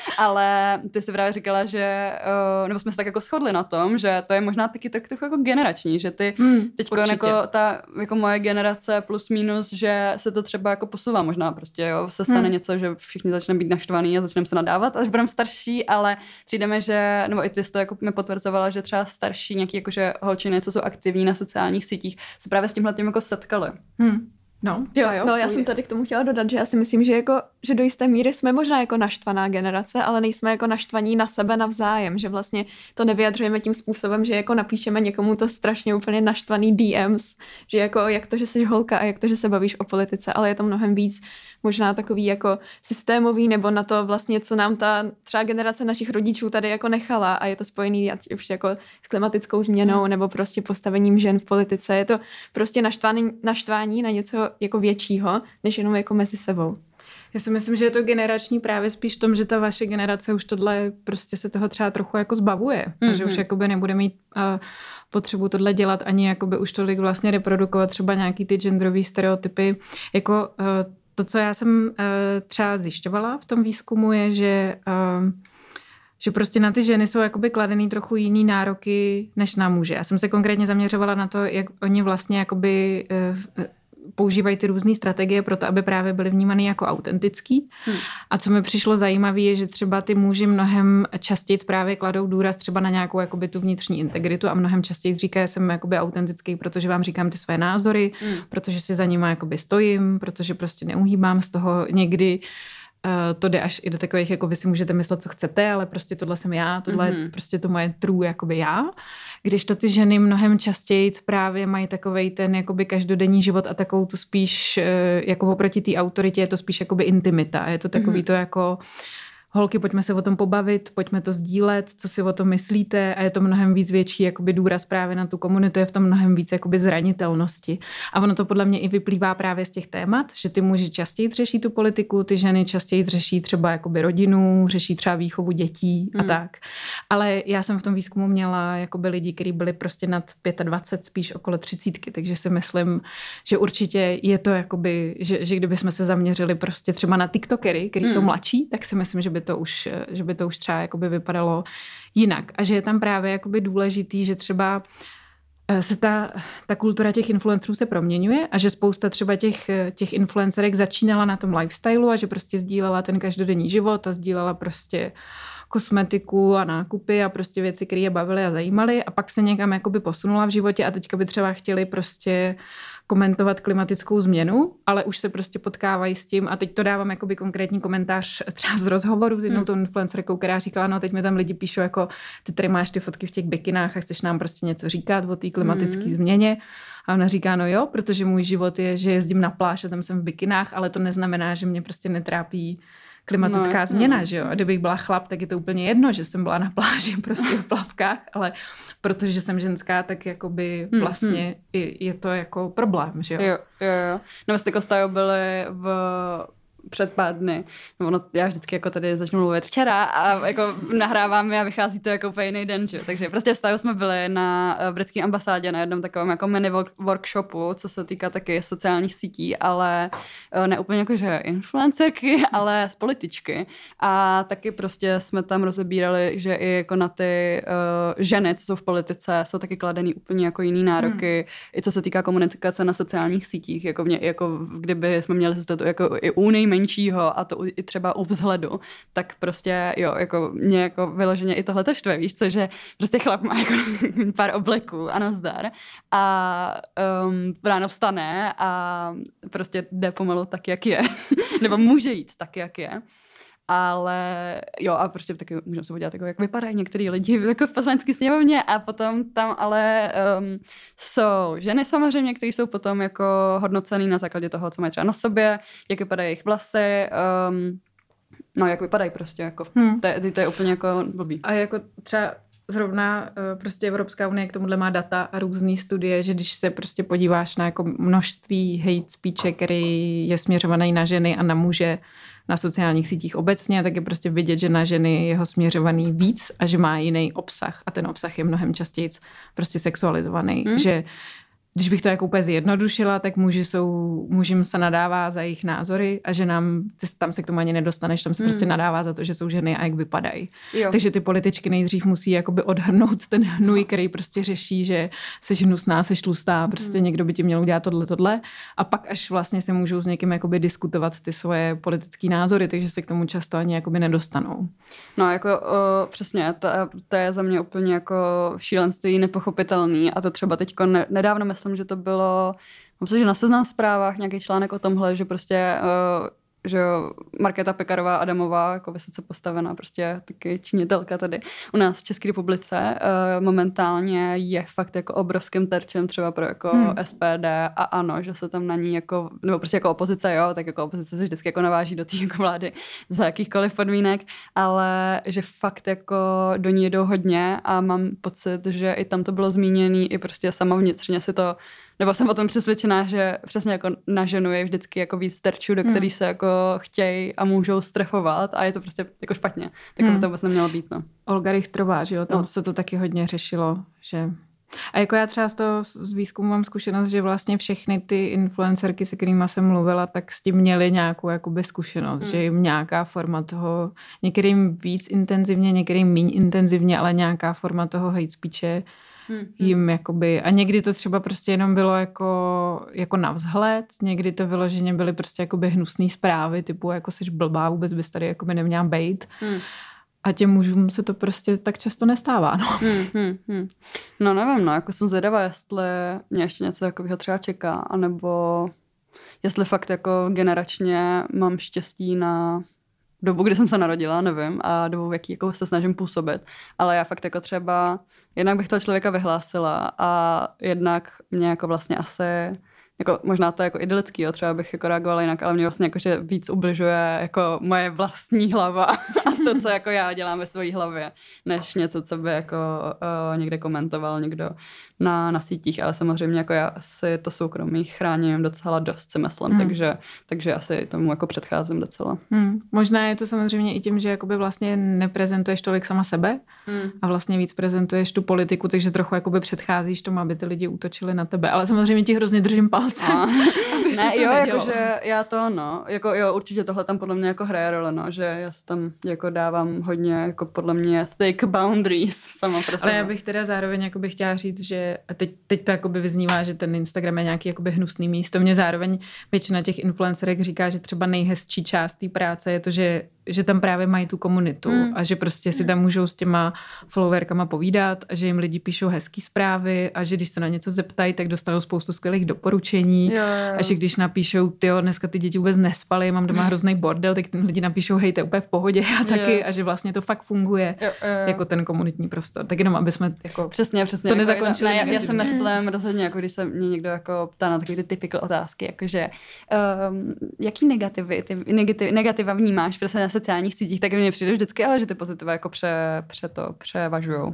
Ale ty si právě říkala, že, nebo jsme se tak jako shodli na tom, že to je možná taky trochu jako generační, že ty teďko jako moje generace plus minus, že se to třeba jako posouvá, možná prostě jo, se stane něco, že všichni začneme být naštvaný a začneme se nadávat, až budeme starší, ale přijdeme, že, nebo i ty jsi to jako mi potvrzovala, že třeba starší nějaký jakože holčiny, co jsou aktivní na sociálních sítích, se právě s tímhle tím jako setkali. No, já jsem tady k tomu chtěla dodat, že já si myslím, že do jisté míry jsme možná jako naštvaná generace, ale nejsme jako naštvaní na sebe navzájem, že vlastně to nevyjadřujeme tím způsobem, že jako napíšeme někomu to strašně úplně naštvaný DMs, že jako jak to, že jsi holka a jak to, že se bavíš o politice, ale je to mnohem víc možná takový jako systémový, nebo na to vlastně, co nám ta třeba generace našich rodičů tady jako nechala a je to spojený už jako s klimatickou změnou nebo prostě postavením žen v politice. Je to prostě naštvání na něco jako většího, než jenom jako mezi sebou. Já si myslím, že je to generační právě spíš v tom, že ta vaše generace už tohle prostě se toho třeba trochu jako zbavuje. A že už jakoby nebude mít potřebu tohle dělat ani jakoby už tolik vlastně reprodukovat třeba nějaký ty genderový stereotypy. Jako to, co já jsem třeba zjišťovala v tom výzkumu, je, že prostě na ty ženy jsou jakoby kladený trochu jiný nároky než na muže. Já jsem se konkrétně zaměřovala na to, jak oni vlastně jakoby používají ty různé strategie pro to, aby právě byly vnímaný jako autentický. A co mi přišlo zajímavé, je, že třeba ty muži mnohem častěji právě kladou důraz třeba na nějakou jakoby tu vnitřní integritu a mnohem častěji říkají, že jsem jakoby autentický, protože vám říkám ty své názory, protože si za nima jakoby stojím, protože prostě neuhýbám z toho někdy. To jde až i do takových, jako vy si můžete myslet, co chcete, ale prostě tohle jsem já, tohle je prostě to moje true jakoby já. Když to ty ženy mnohem častěji právě mají takovej ten jakoby každodenní život a takovou tu spíš, jako oproti té autoritě, je to spíš jakoby intimita. Je to takový to jako holky, pojďme se o tom pobavit, pojďme to sdílet, co si o tom myslíte a je to mnohem víc větší jakoby důraz právě na tu komunitu, je v tom mnohem víc jakoby zranitelnosti. A ono to podle mě i vyplývá právě z těch témat, že ty muži častěji řeší tu politiku, ty ženy častěji řeší třeba jakoby rodinu, řeší třeba výchovu dětí a tak. Ale já jsem v tom výzkumu měla jakoby lidi, kteří byli prostě nad 25, spíš okolo 30, takže si myslím, že určitě je to jakoby, že kdybychom se zaměřili prostě třeba na tiktokery, kteří jsou mladší, tak si myslím, že by to už třeba jakoby vypadalo jinak. A že je tam právě jakoby důležitý, že třeba se ta kultura těch influencerů se proměňuje a že spousta třeba těch influencerek začínala na tom lifestylu a že prostě sdílela ten každodenní život a sdílela prostě kosmetiku a nákupy a prostě věci, které je bavily a zajímaly a pak se někam jakoby posunula v životě a teďka by třeba chtěli prostě komentovat klimatickou změnu, ale už se prostě potkávají s tím a teď to dávám jakoby konkrétní komentář třeba z rozhovoru s jednou tou influencerkou, která říkala, no teď mi tam lidi píšou jako ty tady máš ty fotky v těch bikinách a chceš nám prostě něco říkat o té klimatické změně a ona říká, no jo, protože můj život je, že jezdím na pláž a tam jsem v bikinách, ale to neznamená, že mě prostě netrápí klimatická změna, že jo. A kdybych byla chlap, tak je to úplně jedno, že jsem byla na pláži prostě v plavkách, ale protože jsem ženská, tak jakoby vlastně je to jako problém, že jo. Jo. No my s Kostajou byli před pár dny. No, já vždycky jako tady začnu mluvit včera a jako nahráváme a vychází to jako úplně jiný den, že? Takže prostě s Tajou jsme byli na britské ambasádě na jednom takovém jako mini workshopu, co se týká taky sociálních sítí, ale ne úplně jako, že influencerky, ale političky. A taky prostě jsme tam rozebírali, že i jako na ty ženy, co jsou v politice, jsou taky kladený úplně jako jiný nároky, i co se týká komunikace na sociálních sítích, jako kdyby jsme měli se to jako i u nejmenšího a to i třeba u vzhledu, tak prostě jo, jako mě jako vyloženě i tohle štve, víš co, že prostě chlap má jako pár obleků a nazdar a ráno vstane a prostě jde pomalu tak, jak je. Nebo může jít tak, jak je. Ale jo, a prostě taky můžeme se podívat, jako, jak vypadají některý lidi jako v poslanecké sněmovně a potom tam ale jsou ženy samozřejmě, které jsou potom jako hodnocený na základě toho, co mají třeba na sobě, jak vypadají jejich vlasy, no jak vypadají prostě, jako to je úplně jako blbý. A jako třeba zrovna prostě Evropská unie k tomuhle má data a různý studie, že když se prostě podíváš na jako množství hate speeche, který je směřovaný na ženy a na muže na sociálních sítích obecně, tak je prostě vidět, že na ženy je ho směřovaný víc a že má jiný obsah a ten obsah je mnohem častěji prostě sexualizovaný. Že když bych to jako úplně zjednodušila, tak mužům se nadává za jejich názory a že tam se k tomu ani nedostaneš, tam se prostě nadává za to, že jsou ženy a jak vypadají. Jo. Takže ty političky nejdřív musí jakoby odhrnout ten hnůj, který prostě řeší, že seš hnusná, seš tlustá, prostě někdo by ti měl udělat tohle a pak až vlastně se můžou s někým jakoby diskutovat ty svoje politické názory, takže se k tomu často ani jakoby nedostanou. No jako přesně, to je za mě úplně jako šílenství nepochopitelný a to třeba teďko nedávno myslím, že to bylo, myslím, že na Seznam Zprávách nějaký článek o tomhle, že prostě že Markéta Pekarová Adamová, jako vysoce postavená, prostě taky činitelka tady u nás v České republice, momentálně je fakt jako obrovským terčem třeba pro jako SPD a ANO, že se tam na ní jako, nebo prostě jako opozice, jo, tak jako opozice se vždycky jako naváží do té jako vlády za jakýchkoliv podmínek, ale že fakt jako do ní jedou hodně a mám pocit, že i tam to bylo zmíněný, i prostě sama vnitřně si to, nebo jsem o tom přesvědčená, že přesně jako na ženu je vždycky jako víc terčů, do kterých se jako chtějí a můžou strefovat a je to prostě jako špatně. Tak by to vůbec nemělo být, no. Olga Richtrová, že jo, tam se to taky hodně řešilo, že... A jako já třeba z výzkumu mám zkušenost, že vlastně všechny ty influencerky, se kterými jsem mluvila, tak s tím měly nějakou jakoby zkušenost, že jim nějaká forma toho, některým víc intenzivně, některým míň intenzivně, ale nějaká forma toho hate speeche jim jakoby, a někdy to třeba prostě jenom bylo jako na vzhled, někdy to vyloženě byly prostě jakoby hnusný zprávy, typu jako seš blbá, vůbec bys tady jakoby neměla bejt. A těm mužům se to prostě tak často nestává, no. No nevím, no, jako jsem zvědavá, jestli mě ještě něco takového třeba čeká, anebo jestli fakt jako generačně mám štěstí na dobu, kdy jsem se narodila, nevím, a dobu, v jaký jako se snažím působit. Ale já fakt jako třeba, jednak bych toho člověka vyhlásila a jednak mě jako vlastně asi, jako možná to je jako idylický, jo, třeba bych jako reagovala jinak, ale mě vlastně jako, že víc ubližuje jako moje vlastní hlava a to, co jako já dělám ve své hlavě, než něco, co by jako někde komentoval někdo na sítích, ale samozřejmě jako já si to soukromí chráním docela dost, si myslím, takže asi tomu jako předcházím docela. Možná je to samozřejmě i tím, že jakoby vlastně neprezentuješ tolik sama sebe a vlastně víc prezentuješ tu politiku, takže trochu jakoby předcházíš tomu, aby ty lidi útočili na tebe, ale samozřejmě ti hrozně držím palce. Ne, jo, jakože já to, no, jako jo, určitě tohle tam podle mě jako hraje role, no, že já si tam jako dávám hodně, jako podle mě thick boundaries sama pro sebe. Ale já bych teda zároveň jakoby chtěla říct, že a teď to jakoby vyznívá, že ten Instagram je nějaký jakoby hnusný místo. Mě zároveň většina těch influencerek říká, že třeba nejhezčí část té práce je to, že tam právě mají tu komunitu a že prostě si tam můžou s těma followerkama povídat a že jim lidi píšou hezký zprávy a že když se na něco zeptají, tak dostanou spoustu skvělých doporučení a že když napíšou, tyjo, dneska ty děti vůbec nespaly, mám doma hrozný bordel, tak ty lidi napíšou, hej, to je úplně v pohodě a taky a že vlastně to fakt funguje jako ten komunitní prostor. Tak jenom, aby jsme jako přesně, to nezakončili. Já si myslím rozhodně, jako když se mě někdo jako ptá na takové ty typical otázky, jakože jaký negativa vnímáš prostě na sociálních sítích, tak mně přijde vždycky, ale že ty pozitiva jako převažujou.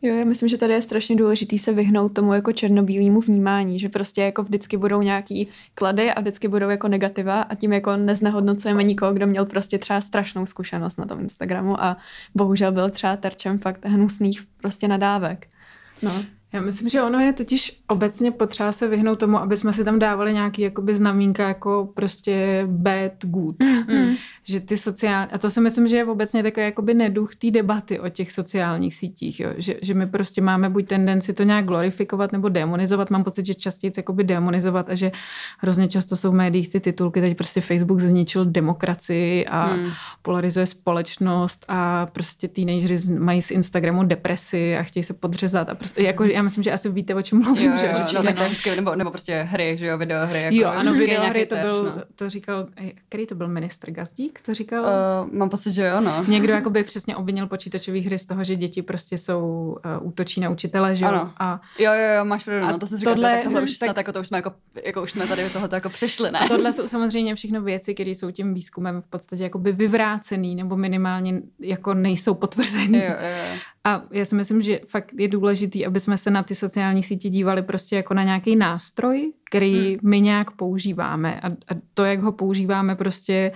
Jo, já myslím, že tady je strašně důležitý se vyhnout tomu jako černobílému vnímání, že prostě jako vždycky budou nějaký klady a vždycky budou jako negativa a tím jako neznehodnocujeme nikoho, kdo měl prostě třeba strašnou zkušenost na tom Instagramu a bohužel byl třeba terčem fakt hnusných prostě nadávek. No. Já myslím, že ono je totiž obecně potřeba se vyhnout tomu, aby jsme si tam dávali nějaký jakoby znamínka jako prostě bad, good. Že ty sociální, a to si myslím, že je obecně takový jakoby neduch té debaty o těch sociálních sítích, jo? Že my prostě máme buď tendenci to nějak glorifikovat nebo demonizovat. Mám pocit, že častěji jakoby demonizovat a že hrozně často jsou v médiích ty titulky, teď prostě Facebook zničil demokracii a polarizuje společnost a prostě teenageři mají z Instagramu depresi a chtějí se podřezat a prostě jako já myslím, že asi víte, o čem mluvím. Jo, že no, tak to je vždycky, nebo prostě hry, že jo, videohry. Jako jo, ano, videohry to to říkal, který to byl ministr Gazdík, to říkal? Mám pocit, že jo, no. Někdo jakoby přesně obvinil počítačové hry z toho, že děti prostě jsou útočí na učitele, že jo. A jo, máš pravdu, no, to jsi říkal, tak tohle už snad, to už jsme jako už jsme tady tohoto jako přešli, ne? A tohle jsou samozřejmě všechno věci, které jsou tím výzkumem v podstatě jakoby vyvrácený, nebo minimálně jako nejsou potvrzený. Jo. A já si myslím, že fakt je důležitý, aby jsme se na ty sociální sítě dívali prostě jako na nějaký nástroj, který my nějak používáme. A to, jak ho používáme, prostě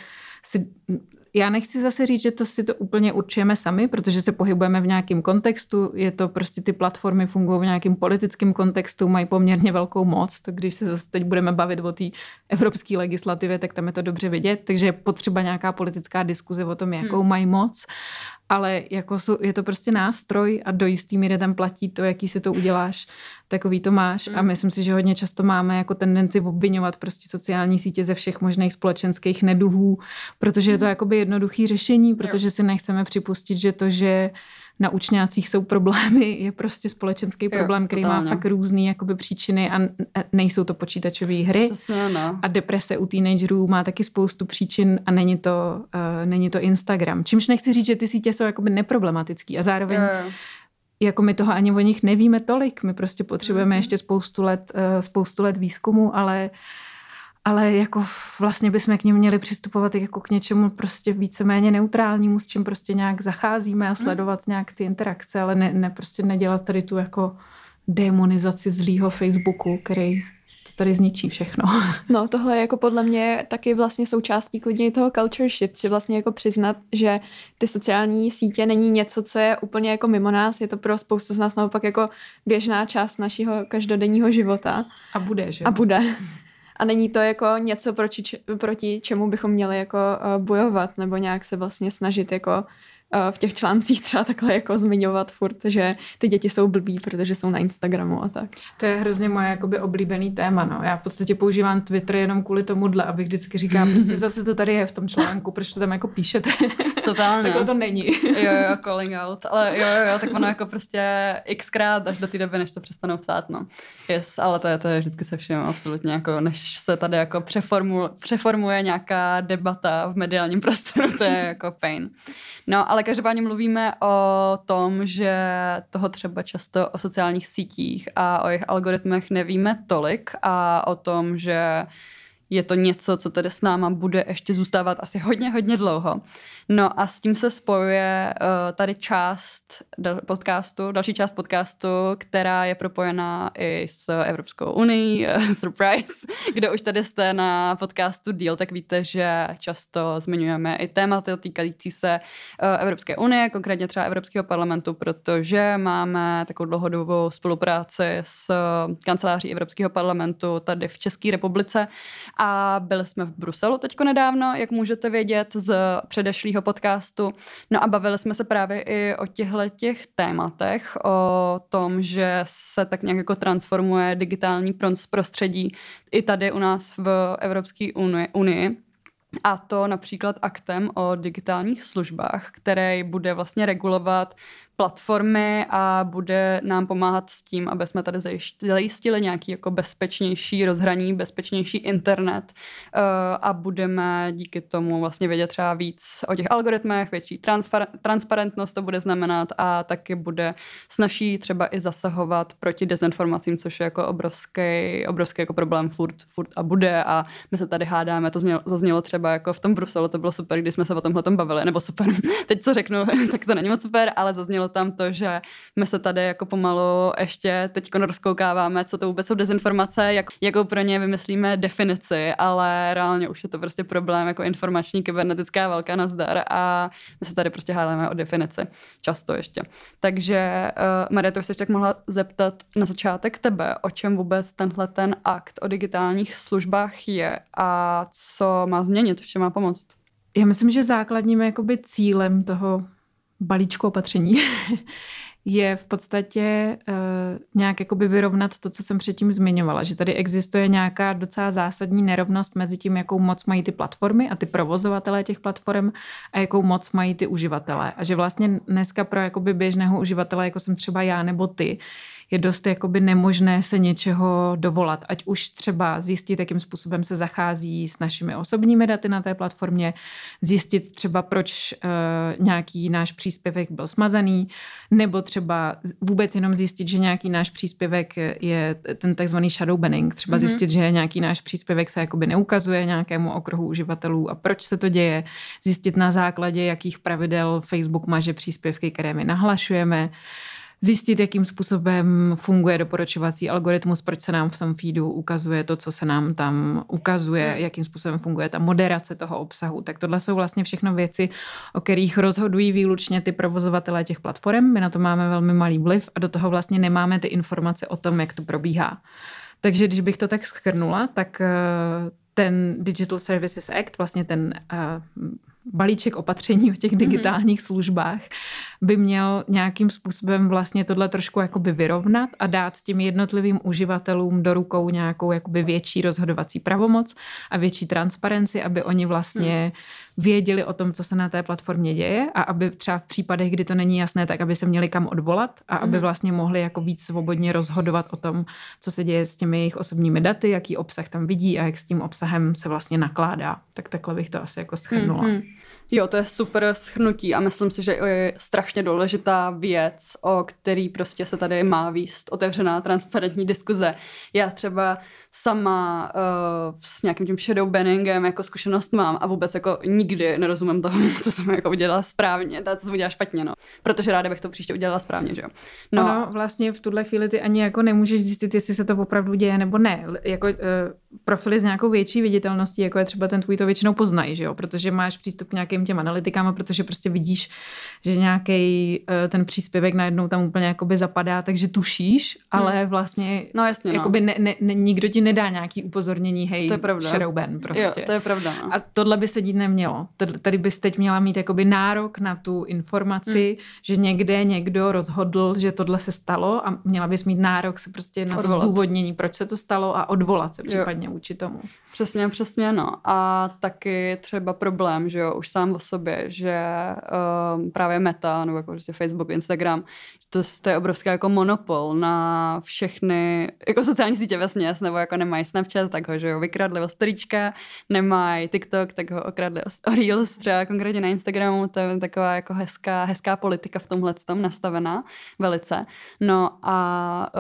já nechci zase říct, že to si to úplně určujeme sami, protože se pohybujeme v nějakém kontextu, je to prostě ty platformy fungují v nějakém politickém kontextu, mají poměrně velkou moc, tak když se zase teď budeme bavit o té evropské legislativě, tak tam je to dobře vidět, takže je potřeba nějaká politická diskuze o tom, jakou mají moc, ale jako je to prostě nástroj a do jistý míry tam platí to, jaký si to uděláš, takový to máš a myslím si, že hodně často máme jako tendenci obviňovat prostě sociální sítě ze všech možných společenských neduhů, protože je to jakoby jednoduchý řešení, protože si nechceme připustit, že to, že na učňácích jsou problémy, je prostě společenský problém, který má fakt různý jakoby příčiny a nejsou to počítačové hry. Přesně, no. A deprese u teenagerů má taky spoustu příčin a není to Instagram. Čímž nechci říct, že ty sítě jsou jakoby neproblematický a zároveň jako my toho ani o nich nevíme tolik. My prostě potřebujeme ještě spoustu let výzkumu, ale jako vlastně bychom k nim měli přistupovat jako k něčemu prostě víceméně neutrálnímu, s čím prostě nějak zacházíme a sledovat nějak ty interakce, ale ne prostě nedělat tady tu jako demonizaci zlýho Facebooku, který to tady zničí všechno. No tohle je jako podle mě taky vlastně součástí klidně toho culture shift, že vlastně jako přiznat, že ty sociální sítě není něco, co je úplně jako mimo nás, je to pro spoustu z nás naopak jako běžná část našeho každodenního života. A bude, že? A bude. A není to jako něco, proti čemu bychom měli jako bojovat nebo nějak se vlastně snažit jako v těch článcích třeba takhle jako zmiňovat furt, že ty děti jsou blbý, protože jsou na Instagramu a tak. To je hrozně moje jakoby oblíbený téma, no. Já v podstatě používám Twitter jenom kvůli tomuhle, abych vždycky říkala, prostě zase to tady je v tom článku, proč to tam jako píšete? Totálně. Takhle to není. jo, calling out, ale jo, tak ono jako prostě xkrát až do té doby, než to přestanou psát, no. Yes, ale to je vždycky se všem absolutně jako, než se tady jako přeformuje nějaká debata v mediálním prostoru, to je jako pain. No, ale každopádně mluvíme o tom, že toho třeba často o sociálních sítích a o jejich algoritmech nevíme tolik a o tom, že je to něco, co tady s náma bude ještě zůstávat asi hodně dlouho. No a s tím se spojuje tady další část podcastu, která je propojená i s Evropskou unii, surprise. Kdo už tady jste na podcastu díl, tak víte, že často zmiňujeme i tématy týkající se Evropské unie, konkrétně třeba Evropského parlamentu, protože máme takovou dlouhodobou spolupráci s kanceláří Evropského parlamentu tady v České republice a byli jsme v Bruselu teďko nedávno, jak můžete vědět z předešlého podcastu. No a bavili jsme se právě i o těch tématech, o tom, že se tak nějak jako transformuje digitální prostředí i tady u nás v Evropské unii. A to například aktem o digitálních službách, který bude vlastně regulovat platformy a bude nám pomáhat s tím, aby jsme tady zajistili nějaký jako bezpečnější rozhraní, bezpečnější internet a budeme díky tomu vlastně vědět třeba víc o těch algoritmech, větší transparentnost to bude znamenat a taky bude snazší třeba i zasahovat proti dezinformacím, což je jako obrovský jako problém furt a bude a my se tady hádáme, to zaznělo třeba jako v tom Bruselu, to bylo super, když jsme se o tomhle bavili, nebo super, teď co řeknu, tak to není moc super, ale zaznělo zmínil tam to, že my se tady jako pomalu ještě teď rozkoukáváme, co to vůbec jsou dezinformace, jakou pro ně vymyslíme definici, ale reálně už je to prostě problém jako informační kybernetická válka nazdar a my se tady prostě hádáme o definici. Často ještě. Takže Marie, to bych se tak mohla zeptat na začátek tebe, o čem vůbec tenhle ten akt o digitálních službách je a co má změnit, v čem má pomoct? Já myslím, že základním jakoby cílem toho balíčku opatření je v podstatě nějak jakoby vyrovnat to, co jsem předtím zmiňovala, že tady existuje nějaká docela zásadní nerovnost mezi tím, jakou moc mají ty platformy a ty provozovatelé těch platform a jakou moc mají ty uživatelé. A že vlastně dneska pro jakoby běžného uživatele, jako jsem třeba já nebo ty, je dost jakoby nemožné se něčeho dovolat. Ať už třeba zjistit, jakým způsobem se zachází s našimi osobními daty na té platformě, zjistit třeba, proč nějaký náš příspěvek byl smazaný, nebo třeba vůbec jenom zjistit, že nějaký náš příspěvek je ten takzvaný shadow banning. Třeba zjistit, že nějaký náš příspěvek se jakoby neukazuje nějakému okruhu uživatelů a proč se to děje. Zjistit na základě, jakých pravidel Facebook maže příspěvky, které my nahlašujeme. Zjistit, jakým způsobem funguje doporučovací algoritmus, proč se nám v tom feedu ukazuje to, co se nám tam ukazuje, jakým způsobem funguje ta moderace toho obsahu. Tak tohle jsou vlastně všechno věci, o kterých rozhodují výlučně ty provozovatelé těch platform. My na to máme velmi malý vliv a do toho vlastně nemáme ty informace o tom, jak to probíhá. Takže když bych to tak shrnula, tak ten Digital Services Act, vlastně ten balíček opatření o těch digitálních službách by měl nějakým způsobem vlastně tohle trošku jakoby vyrovnat a dát těm jednotlivým uživatelům do rukou nějakou jakoby větší rozhodovací pravomoc a větší transparenci, aby oni vlastně věděli o tom, co se na té platformě děje a aby třeba v případech, kdy to není jasné, tak aby se měli kam odvolat a aby vlastně mohli jako víc svobodně rozhodovat o tom, co se děje s těmi jejich osobními daty, jaký obsah tam vidí a jak s tím obsahem se vlastně nakládá. Tak takhle bych to asi jako shrnula. Jo, to je super shrnutí a myslím si, že je strašně důležitá věc, o který prostě se tady má vést otevřená, transparentní diskuze. Já třeba sama s nějakým tím shadow banningem jako zkušenost mám a vůbec jako nikdy nerozumím toho, co jsem jako udělala správně, co jsem udělala špatně, no. Protože ráda bych to příště udělala správně, že jo. No, vlastně v tuhle chvíli ty ani jako nemůžeš zjistit, jestli se to opravdu děje nebo ne. Jako profily s nějakou větší viditelností, jako je třeba ten tvůj, to většinou poznají, že jo, protože máš přístup k nějakým těm analytikám a protože prostě vidíš, že nějaký ten příspěvek najednou tam úplně jakoby zapadá, takže tušíš, ale vlastně jakoby nikdo ti nedá nějaký upozornění, hej, shadow ban prostě. Jo, to je pravda. No. A tohle by se dít nemělo. Tady bys teď měla mít jakoby nárok na tu informaci, že někde někdo rozhodl, že tohle se stalo a měla bys mít nárok se prostě na to zdůvodnění, proč se to stalo a odvolat se případně vůči tomu. Přesně, no. A taky třeba problém, že jo, už sám o sobě, že právě Meta, nebo jako prostě Facebook, Instagram, to je obrovský jako monopol na všechny jako sociální sítě vesměs, nebo jako nemají Snapchat, tak ho, že jo, vykradli o storíčka, nemají TikTok, tak ho okradli o Reels, třeba konkrétně na Instagramu, to je taková jako hezká politika v tomhletom nastavená velice. No a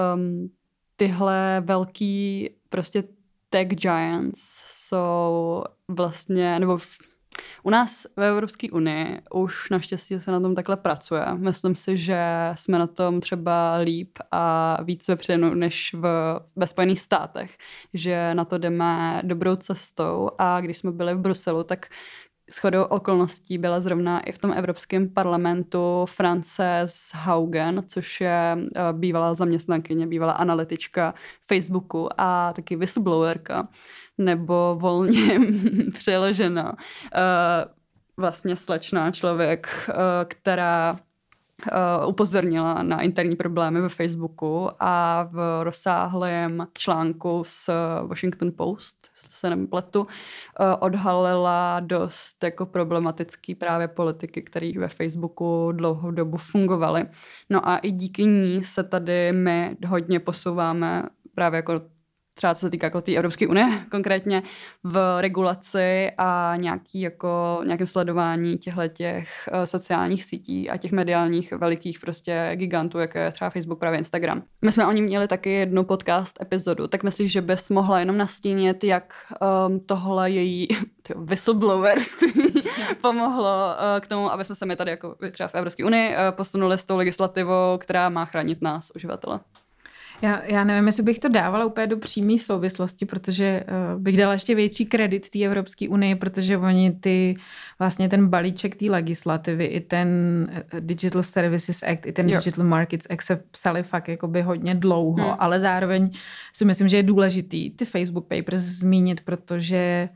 tyhle velký prostě tech giants jsou vlastně, nebo u nás v Evropské unii už naštěstí se na tom takhle pracuje. Myslím si, že jsme na tom třeba líp a víc vepředu než ve Spojených státech, že na to jdeme dobrou cestou a když jsme byli v Bruselu, tak shodou okolností byla zrovna i v tom Evropském parlamentu Frances Haugen, což je bývalá zaměstnankyně, bývalá analytička Facebooku a taky whistleblowerka, nebo volně přeloženo vlastně slečna člověk, která upozornila na interní problémy ve Facebooku a v rozsáhlém článku z Washington Post, se nepletu, odhalila dost jako problematický právě politiky, které ve Facebooku dlouhou dobu fungovaly. No a i díky ní se tady my hodně posouváme právě jako třeba co se týká jako té Evropské unie konkrétně, v regulaci a nějakém sledování těch sociálních sítí a těch mediálních velikých prostě gigantů, jako je třeba Facebook, právě Instagram. My jsme o ní měli taky jednu podcast epizodu, tak myslíš, že bys mohla jenom nastínit, jak tohle její whistleblowerství pomohlo k tomu, aby jsme se my tady jako třeba v Evropské unii posunuli s tou legislativou, která má chránit nás, uživatele. Já nevím, jestli bych to dávala úplně do přímé souvislosti, protože bych dala ještě větší kredit té Evropské unii, protože oni vlastně ten balíček té legislativy, i ten Digital Services Act, i ten Digital Markets Act se psali fakt jakoby hodně dlouho, ale zároveň si myslím, že je důležitý ty Facebook Papers zmínit, protože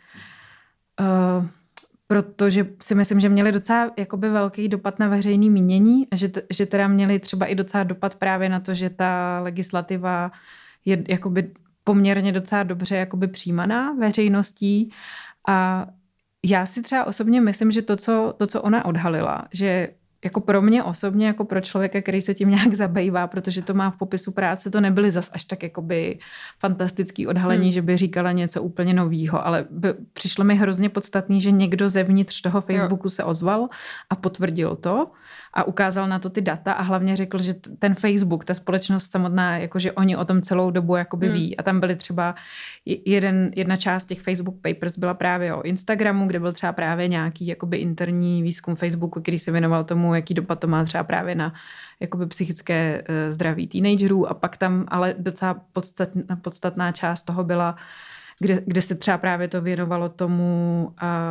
si myslím, že měli docela jakoby velký dopad na veřejné mínění a že teda měli třeba i docela dopad právě na to, že ta legislativa je jakoby poměrně docela dobře jakoby přijímaná veřejností a já si třeba osobně myslím, že to, co ona odhalila, že jako pro mě osobně, jako pro člověka, který se tím nějak zabývá, protože to má v popisu práce, to nebyly zas až tak jakoby fantastický odhalení, že by říkala něco úplně novýho, ale přišlo mi hrozně podstatný, že někdo zevnitř toho Facebooku se ozval a potvrdil to a ukázal na to ty data a hlavně řekl, že ten Facebook, ta společnost samotná, jakože oni o tom celou dobu jakoby ví a tam byly třeba jedna část těch Facebook Papers byla právě o Instagramu, kde byl třeba právě nějaký jakoby interní výzkum Facebooku, který se věnoval tomu, jaký dopad to má třeba právě na jakoby psychické zdraví teenagerů a pak tam ale docela podstatná část toho byla, kde se třeba právě to věnovalo tomu,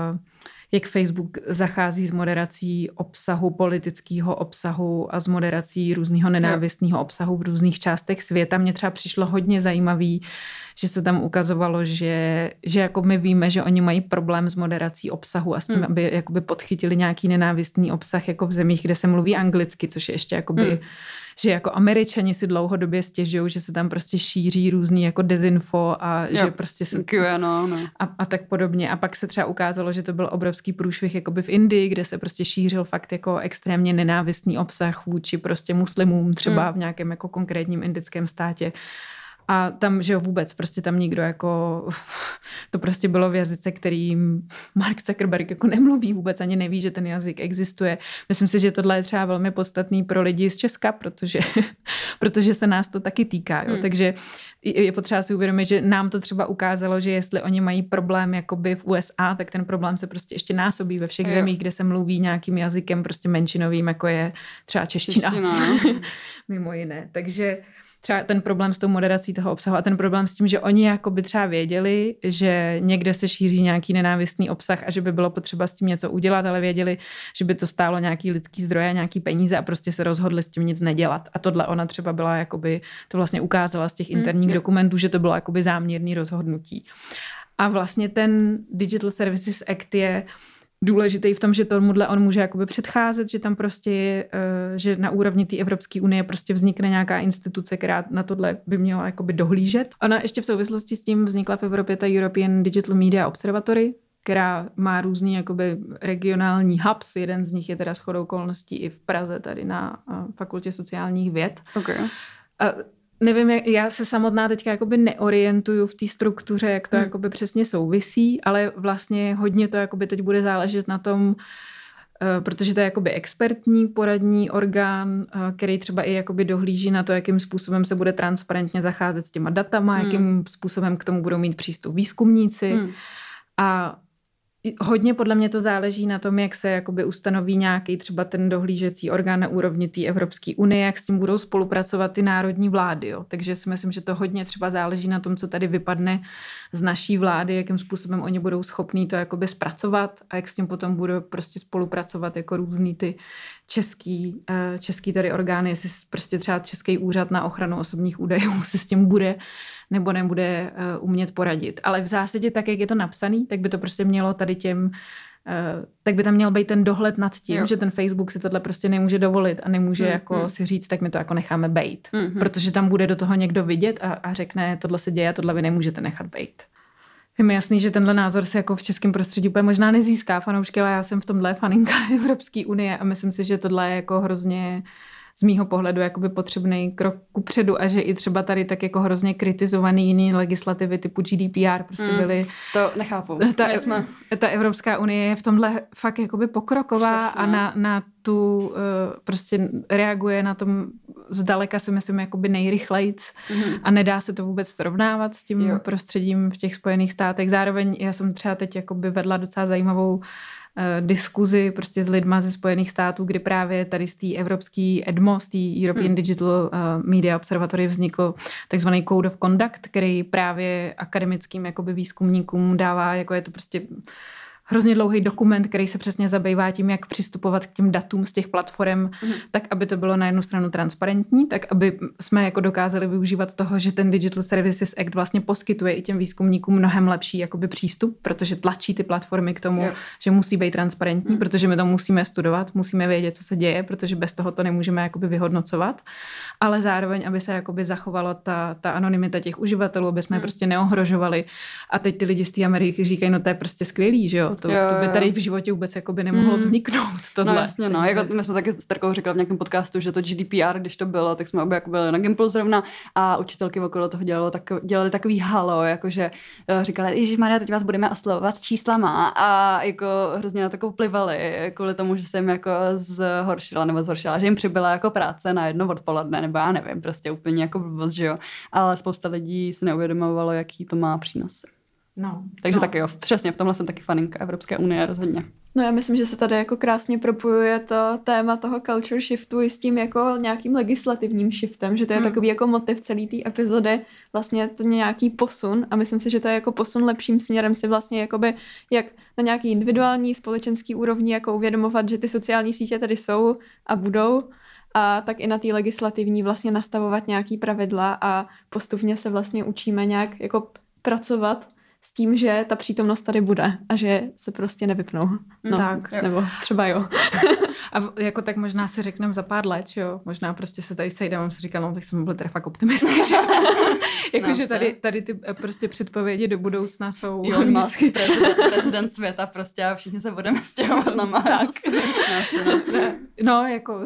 jak Facebook zachází s moderací obsahu, politického obsahu a s moderací různého nenávistného obsahu v různých částech světa. Mně třeba přišlo hodně zajímavý, že se tam ukazovalo, že jako my víme, že oni mají problém s moderací obsahu a s tím, aby jakoby podchytili nějaký nenávistný obsah jako v zemích, kde se mluví anglicky, což je ještě jakoby že jako Američani si dlouhodobě stěžují, že se tam prostě šíří různý jako dezinfo a že prostě se... A tak podobně. A pak se třeba ukázalo, že to byl obrovský průšvih jakoby v Indii, kde se prostě šířil fakt jako extrémně nenávistný obsah vůči prostě muslimům, třeba v nějakém jako konkrétním indickém státě. A tam, že jo, vůbec, prostě tam nikdo jako, to prostě bylo v jazyce, kterým Mark Zuckerberg jako nemluví vůbec, ani neví, že ten jazyk existuje. Myslím si, že tohle je třeba velmi podstatný pro lidi z Česka, protože se nás to taky týká, jo. Takže je potřeba si uvědomit, že nám to třeba ukázalo, že jestli oni mají problém jakoby v USA, tak ten problém se prostě ještě násobí ve všech zemích, kde se mluví nějakým jazykem prostě menšinovým, jako je třeba čeština. Mimo jiné. Takže třeba ten problém s tou moderací toho obsahu a ten problém s tím, že oni jakoby třeba věděli, že někde se šíří nějaký nenávistný obsah a že by bylo potřeba s tím něco udělat, ale věděli, že by to stálo nějaký lidský zdroje, nějaký peníze a prostě se rozhodli s tím nic nedělat. A tohle ona třeba byla jakoby, to vlastně ukázala z těch interních dokumentů, že to bylo jakoby záměrný rozhodnutí. A vlastně ten Digital Services Act je důležitý v tom, že tomuhle on může jakoby předcházet, že tam prostě, že na úrovni té Evropské unie prostě vznikne nějaká instituce, která na tohle by měla jakoby dohlížet. Ona ještě v souvislosti s tím vznikla v Evropě ta European Digital Media Observatory, která má různý jakoby regionální hubs. Jeden z nich je teda shodou okolností i v Praze, tady na Fakultě sociálních věd. Okay. Nevím, já se samotná teďka jakoby neorientuju v té struktuře, jak to jakoby přesně souvisí, ale vlastně hodně to jakoby teď bude záležet na tom, protože to je jakoby expertní poradní orgán, který třeba i jakoby dohlíží na to, jakým způsobem se bude transparentně zacházet s těma datama, jakým způsobem k tomu budou mít přístup výzkumníci. A hodně podle mě to záleží na tom, jak se jakoby ustanoví nějaký třeba ten dohlížecí orgán na úrovni té Evropské unie, jak s tím budou spolupracovat ty národní vlády. Jo. Takže si myslím, že to hodně třeba záleží na tom, co tady vypadne z naší vlády, jakým způsobem oni budou schopní to jakoby zpracovat a jak s tím potom budou prostě spolupracovat jako různý ty český tady orgány, jestli prostě třeba Český úřad na ochranu osobních údajů se s tím bude nebo nebude umět poradit. Ale v zásadě tak, jak je to napsaný, tak by to prostě mělo tady tak by tam měl být ten dohled nad tím, že ten Facebook si tohle prostě nemůže dovolit a nemůže jako si říct, tak my to jako necháme bejt. Protože tam bude do toho někdo vidět a řekne, tohle se děje a tohle vy nemůžete nechat bejt. Je mi jasný, že tenhle názor se jako v českém prostředí úplně možná nezíská fanoušky, ale já jsem v tomhle faninka Evropské unie a myslím si, že tohle je jako hrozně z mýho pohledu jakoby potřebný krok kupředu a že i třeba tady tak jako hrozně kritizovaný jiný legislativy typu GDPR prostě byly. To nechápu. Ta Evropská unie je v tomhle fakt jakoby pokroková. Přesně. A na tu prostě reaguje na tom zdaleka si myslím jakoby nejrychlejc a nedá se to vůbec srovnávat s tím prostředím v těch Spojených státech. Zároveň já jsem třeba teď jakoby vedla docela zajímavou diskuzi prostě s lidma ze Spojených států, kdy právě tady z té evropský EDMO, z té European Digital Media Observatory vznikl takzvaný Code of Conduct, který právě akademickým jakoby výzkumníkům dává, jako je to prostě hrozně dlouhý dokument, který se přesně zabývá tím, jak přistupovat k těm datům z těch platform, tak aby to bylo na jednu stranu transparentní, tak aby jsme jako dokázali využívat toho, že ten Digital Services Act vlastně poskytuje i těm výzkumníkům mnohem lepší jakoby přístup, protože tlačí ty platformy k tomu, že musí být transparentní, protože my to musíme studovat, musíme vědět, co se děje, protože bez toho to nemůžeme jakoby vyhodnocovat, ale zároveň, aby se jakoby zachovala ta anonymita těch uživatelů, aby jsme je prostě neohrožovali. A teď ty lidi z té Ameriky říkají, no to je prostě skvělý, že jo? To by tady v životě vůbec jakoby nemohlo vzniknout tohle. No jasně, no. Takže... Jako my jsme taky s Terkou říkali v nějakém podcastu, že to GDPR, když to bylo, tak jsme obě jako byli na Gimplu zrovna a učitelky okolo toho dělali takový halo, jakože říkali, ježišmarja, teď vás budeme oslovovat číslama a jako hrozně na to plivali kvůli tomu, že se jim jako zhoršila, že jim přibyla jako práce na jedno odpoledne, nebo já nevím, prostě úplně jako blbost, že jo. Ale spousta lidí si neuvědomovalo, jaký to má přínosy. No, takže taky jo, přesně v tomhle jsem taky faninka Evropské unie rozhodně. No já myslím, že se tady jako krásně propojuje to téma toho culture shiftu i s tím jako nějakým legislativním shiftem, že to je takový jako motiv celé té epizody, vlastně to nějaký posun a myslím si, že to je jako posun lepším směrem si vlastně jakoby jak na nějaký individuální společenský úrovni jako uvědomovat, že ty sociální sítě tady jsou a budou a tak i na té legislativní vlastně nastavovat nějaký pravidla a postupně se vlastně učíme nějak jako pracovat s tím, že ta přítomnost tady bude a že se prostě nevypnou. No, tak. Nebo třeba jo. A jako tak možná si řekneme za pár let, jo, možná prostě se tady sejdeme, mám si říkal, no tak jsme byli teda fakt optimisty, že? Jakože tady ty prostě předpovědi do budoucna jsou... Jo, prezident světa prostě a všichni se budeme stěhovat na Mars. Tak. No, jako...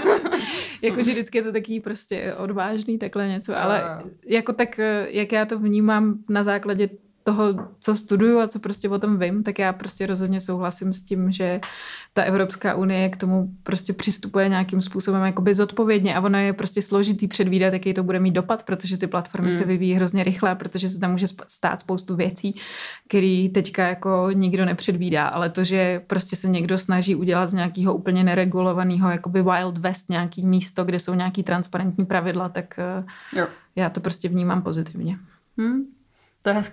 Jakože vždycky je to taky prostě odvážný, takhle něco, ale jako tak, jak já to vnímám na základě toho, co studuju a co prostě o tom vím, tak já prostě rozhodně souhlasím s tím, že ta Evropská unie k tomu prostě přistupuje nějakým způsobem jakoby zodpovědně a ono je prostě složitý předvídat, jaký to bude mít dopad, protože ty platformy se vyvíjí hrozně rychle, protože se tam může stát spoustu věcí, který teďka jako nikdo nepředvídá, ale to, že prostě se někdo snaží udělat z nějakého úplně neregulovaného jakoby Wild West nějaký místo, kde jsou nějaký transparentní pravidla, tak já to prostě vnímám pozitivně. To je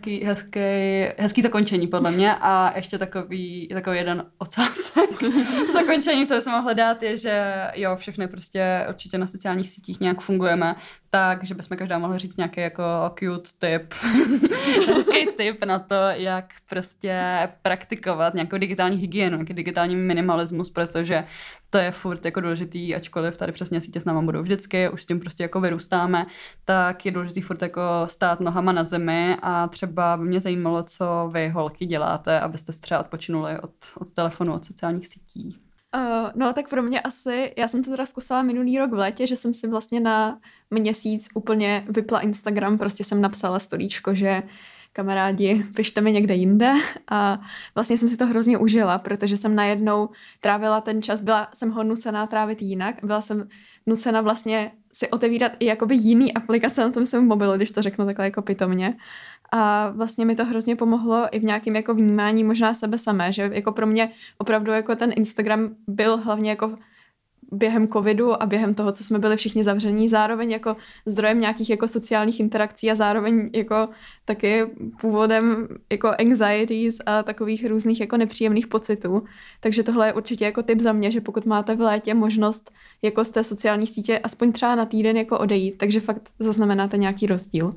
hezký zakončení podle mě a ještě takový jeden ocásek zakončení, co jsem mohla dát, je, že jo, všechny prostě určitě na sociálních sítích nějak fungujeme, takže bychom každá mohla říct nějaký jako cute tip, hezký tip na to, jak prostě praktikovat nějakou digitální hygienu, nějaký digitální minimalismus, protože to je furt jako důležitý, ačkoliv tady přesně sítě s náma budou vždycky, už s tím prostě jako vyrůstáme, tak je důležitý furt jako stát nohama na zemi a třeba by mě zajímalo, co vy holky děláte, abyste se třeba odpočinuli od telefonu, od sociálních sítí. No tak pro mě asi, já jsem to teda zkusila minulý rok v létě, že jsem si vlastně na měsíc úplně vypla Instagram, prostě jsem napsala storíčko, že kamarádi, pište mi někde jinde a vlastně jsem si to hrozně užila, protože jsem najednou trávila ten čas, byla jsem ho nucená trávit jinak, byla jsem nucena vlastně si otevírat i jakoby jiný aplikace na tom svém mobilu, když to řeknu takhle jako pitomně. A vlastně mi to hrozně pomohlo i v nějakém jako vnímání možná sebe samé, že jako pro mě opravdu jako ten Instagram byl hlavně jako během covidu a během toho, co jsme byli všichni zavření, zároveň jako zdrojem nějakých jako sociálních interakcí a zároveň jako taky původem jako anxieties a takových různých jako nepříjemných pocitů. Takže tohle je určitě jako tip za mě, že pokud máte v létě možnost jako z té sociální sítě aspoň třeba na týden jako odejít, takže fakt zaznamenáte nějaký rozdíl.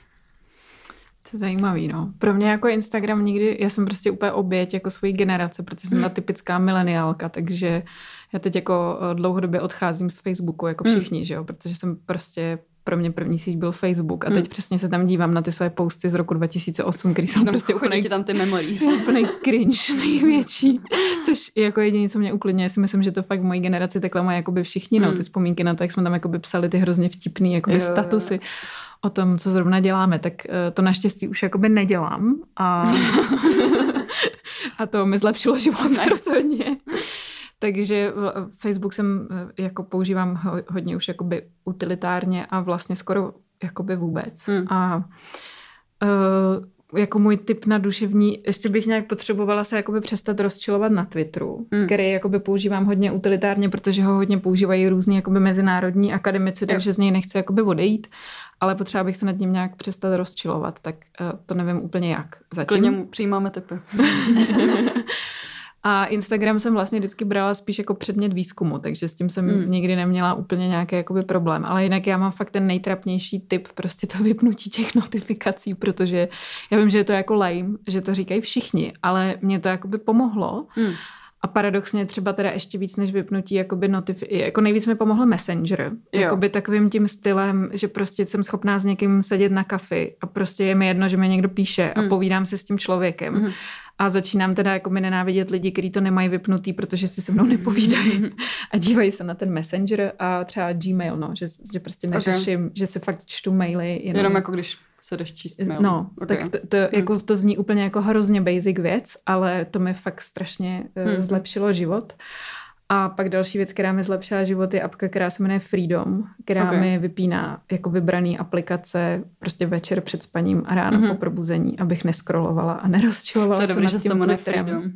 To je zajímavý, no. Pro mě jako Instagram nikdy, já jsem prostě úplně oběť jako svojí generace, protože jsem ta typická mileniálka, takže já teď jako dlouhodobě odcházím z Facebooku, jako všichni, že jo, protože jsem prostě pro mě první síť byl Facebook a teď přesně se tam dívám na ty své posty z roku 2008, který jsou prostě úplně tam ty memories. Úplně cringe největší, což je jako jediné, co mě uklidňuje. Si myslím, že to fakt v mojí generaci takhle mají jakoby všichni, no, ty vzpomínky na to, jak jsme tam jakoby psali ty hrozně vtipný jakoby statusy o tom, co zrovna děláme, tak to naštěstí už jakoby nedělám a to mi zlepšilo život rozhodně. Takže Facebook jsem jako používám hodně už jakoby utilitárně a vlastně skoro jakoby vůbec. A jako můj tip na duševní, ještě bych nějak potřebovala se jakoby přestat rozčilovat na Twitteru, který jakoby používám hodně utilitárně, protože ho hodně používají různí jakoby mezinárodní akademici, takže z něj nechci jakoby odejít, ale potřeba bych se nad tím nějak přestat rozčilovat, tak to nevím úplně jak zatím. Klidně přijímáme tipy. A Instagram jsem vlastně vždycky brala spíš jako předmět výzkumu, takže s tím jsem nikdy neměla úplně nějaký jakoby problém. Ale jinak já mám fakt ten nejtrapnější tip, prostě to vypnutí těch notifikací, protože já vím, že je to jako lame, že to říkají všichni, ale mě to jakoby pomohlo. A paradoxně třeba teda ještě víc než vypnutí jakoby jako nejvíc mi pomohl Messenger. Jakoby takovým tím stylem, že prostě jsem schopná s někým sedět na kafi a prostě je mi jedno, že mi někdo píše a povídám se s tím člověkem. A začínám teda jako nenávidět lidi, kteří to nemají vypnutý, protože si se mnou nepovídají a dívají se na ten Messenger a třeba Gmail, no, že prostě neřeším, že si fakt čtu maily. Jenom jako když se jdeš číst mail. No, tak jako to zní úplně jako hrozně basic věc, ale to mi fakt strašně zlepšilo život. A pak další věc, která mi zlepšila život, je apka, která se jmenuje Freedom, která mi vypíná jako vybraný aplikace prostě večer před spaním a ráno po probuzení, abych neskrolovala a nerozčilovala se nad tím Twitterem.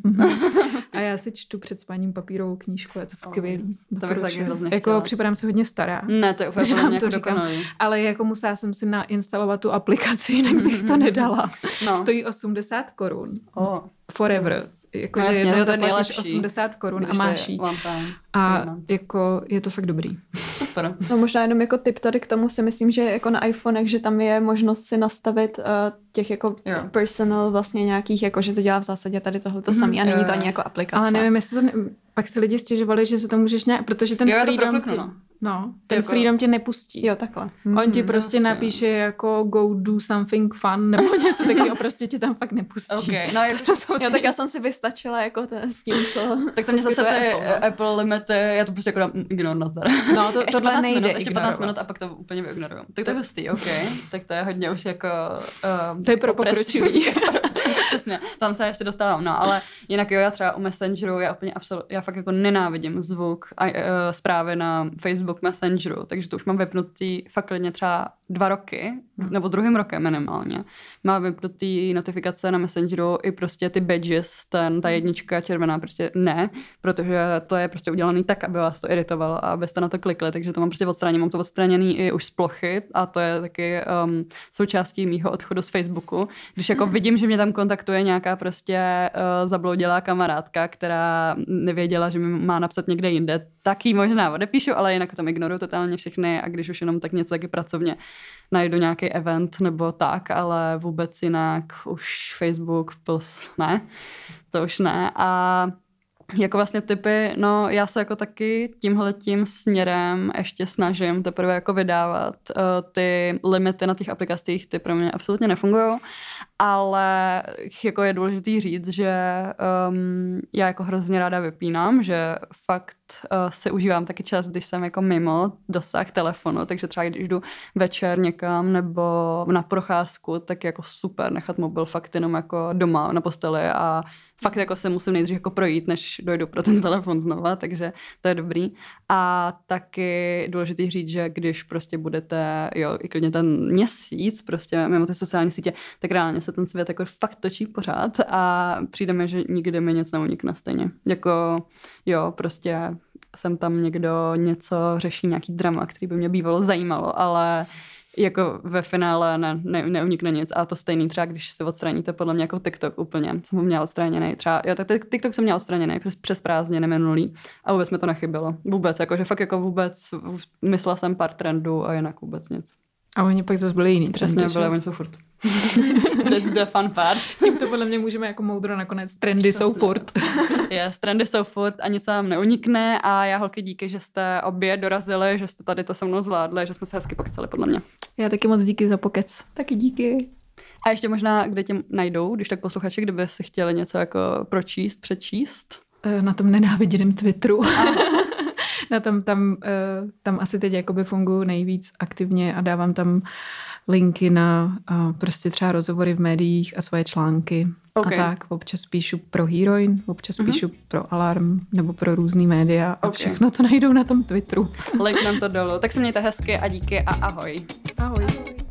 A já si čtu před spaním papírovou knížku, je to skvělý. To bych taky hrozně jako chtěla. připadám se hodně stará. Ne, to je úplně vám jako to říkám, dokonalý. ale jako musela jsem si nainstalovat tu aplikaci, jinak bych to nedala. Stojí 80 korun. Forever. Jakože jasně, jednou to je zaplatíš 80 korun a máš jí. A jako je to fakt dobrý. Super. No možná jenom jako tip tady k tomu si myslím, že jako na iPhonech, že tam je možnost si nastavit těch jako personal vlastně nějakých, jako že to dělá v zásadě tady tohleto samý a není to ani jako aplikace. Ale nevím, jestli to pak si lidi stěžovali, že se to můžeš nějak, protože ten Freedom ten jako, Freedom tě nepustí. Jo, takhle. On ti prostě napíše jako go do something fun nebo něco takového, prostě tě tam fakt nepustí. Okay. No, tak já jsem si vystačila jako s tím, co... Tak to mě zase ty Apple limity, já to prostě jako dám ignor na to. No, tohle nejde ignorovat. Ještě 15 minut a pak to úplně vyignoruju. Tak to je hustý, OK. Tak to je hodně už jako... to je pro pokročilý. Přesně, tam se ještě dostávám. No, ale jinak jo, já třeba u Messengeru, já fakt jako nenávidím zvuk a zprávy na Facebook Messengeru, takže to už mám vypnutý fakt klidně třeba 2 roky, nebo druhým rokem minimálně. Mám vypnutý notifikace na Messengeru i prostě ty badges, ta jednička červená, prostě ne, protože to je prostě udělaný tak, aby vás to iritovalo a abyste na to klikli, takže to mám prostě odstraněné. Mám to odstraněný i už z plochy a to je taky součástí mýho odchodu z Facebooku. Když jako vidím, že mě tam kontaktuje nějaká prostě zabloudilá kamarádka, která nevěděla, že mi má napsat někde jinde, tak jí možná odepíšu, ale jinak tam ignoruju totálně všechny a když už jenom tak něco taky pracovně najdu nějaký event nebo tak, ale vůbec jinak už Facebook plus ne, to už ne. A jako vlastně typy, no já se jako taky tímhletím směrem ještě snažím teprve jako vydávat ty limity na těch aplikacích, ty pro mě absolutně nefungují, ale jako je důležitý říct, že já jako hrozně ráda vypínám, že fakt si užívám taky čas, když jsem jako mimo dosah telefonu, takže třeba když jdu večer někam nebo na procházku, tak jako super nechat mobil fakt jenom jako doma na posteli a fakt jako se musím nejdřív jako projít, než dojdu pro ten telefon znova, takže to je dobrý. A taky důležitý říct, že když prostě budete, i klidně ten měsíc prostě mimo ty sociální sítě, tak reálně se ten svět jako fakt točí pořád a přijde mi, že nikdy mi nic neunikne stejně. Jako prostě jsem tam někdo něco řeší, nějaký drama, který by mě bývalo zajímalo, ale jako ve finále neunikne nic a to stejný třeba, když se odstraníte podle mě jako TikTok úplně, jsem ho měla odstraněný třeba, tak TikTok jsem měla odstraněný přes prázdniny minulý a vůbec mi to nechybělo, vůbec, jakože fakt jako vůbec myslela jsem pár trendů a jinak vůbec nic. A oni pak zase byli jiný. Přesně, byli, oni jsou furt. That's the fun part. Tímto podle mě můžeme jako moudro nakonec. Trendy jsou furt. Yes, trendy jsou furt a nic vám neunikne a já holky díky, že jste obě dorazily, že jste tady to se mnou zvládli, že jsme se hezky pokecali podle mě. Já taky moc díky za pokec. Taky díky. A ještě možná, kde tě najdou, když tak posluchači, kdyby si chtěli něco jako pročíst, přečíst? Na tom nenáviděném Twitteru. Tam asi teď jakoby funguji nejvíc aktivně a dávám tam linky na prostě třeba rozhovory v médiích a svoje články. Okay. A tak občas píšu pro Heroin, občas píšu pro Alarm nebo pro různý média a všechno to najdou na tom Twitteru. Link nám to dolů. Tak se mějte hezky a díky a ahoj. Ahoj.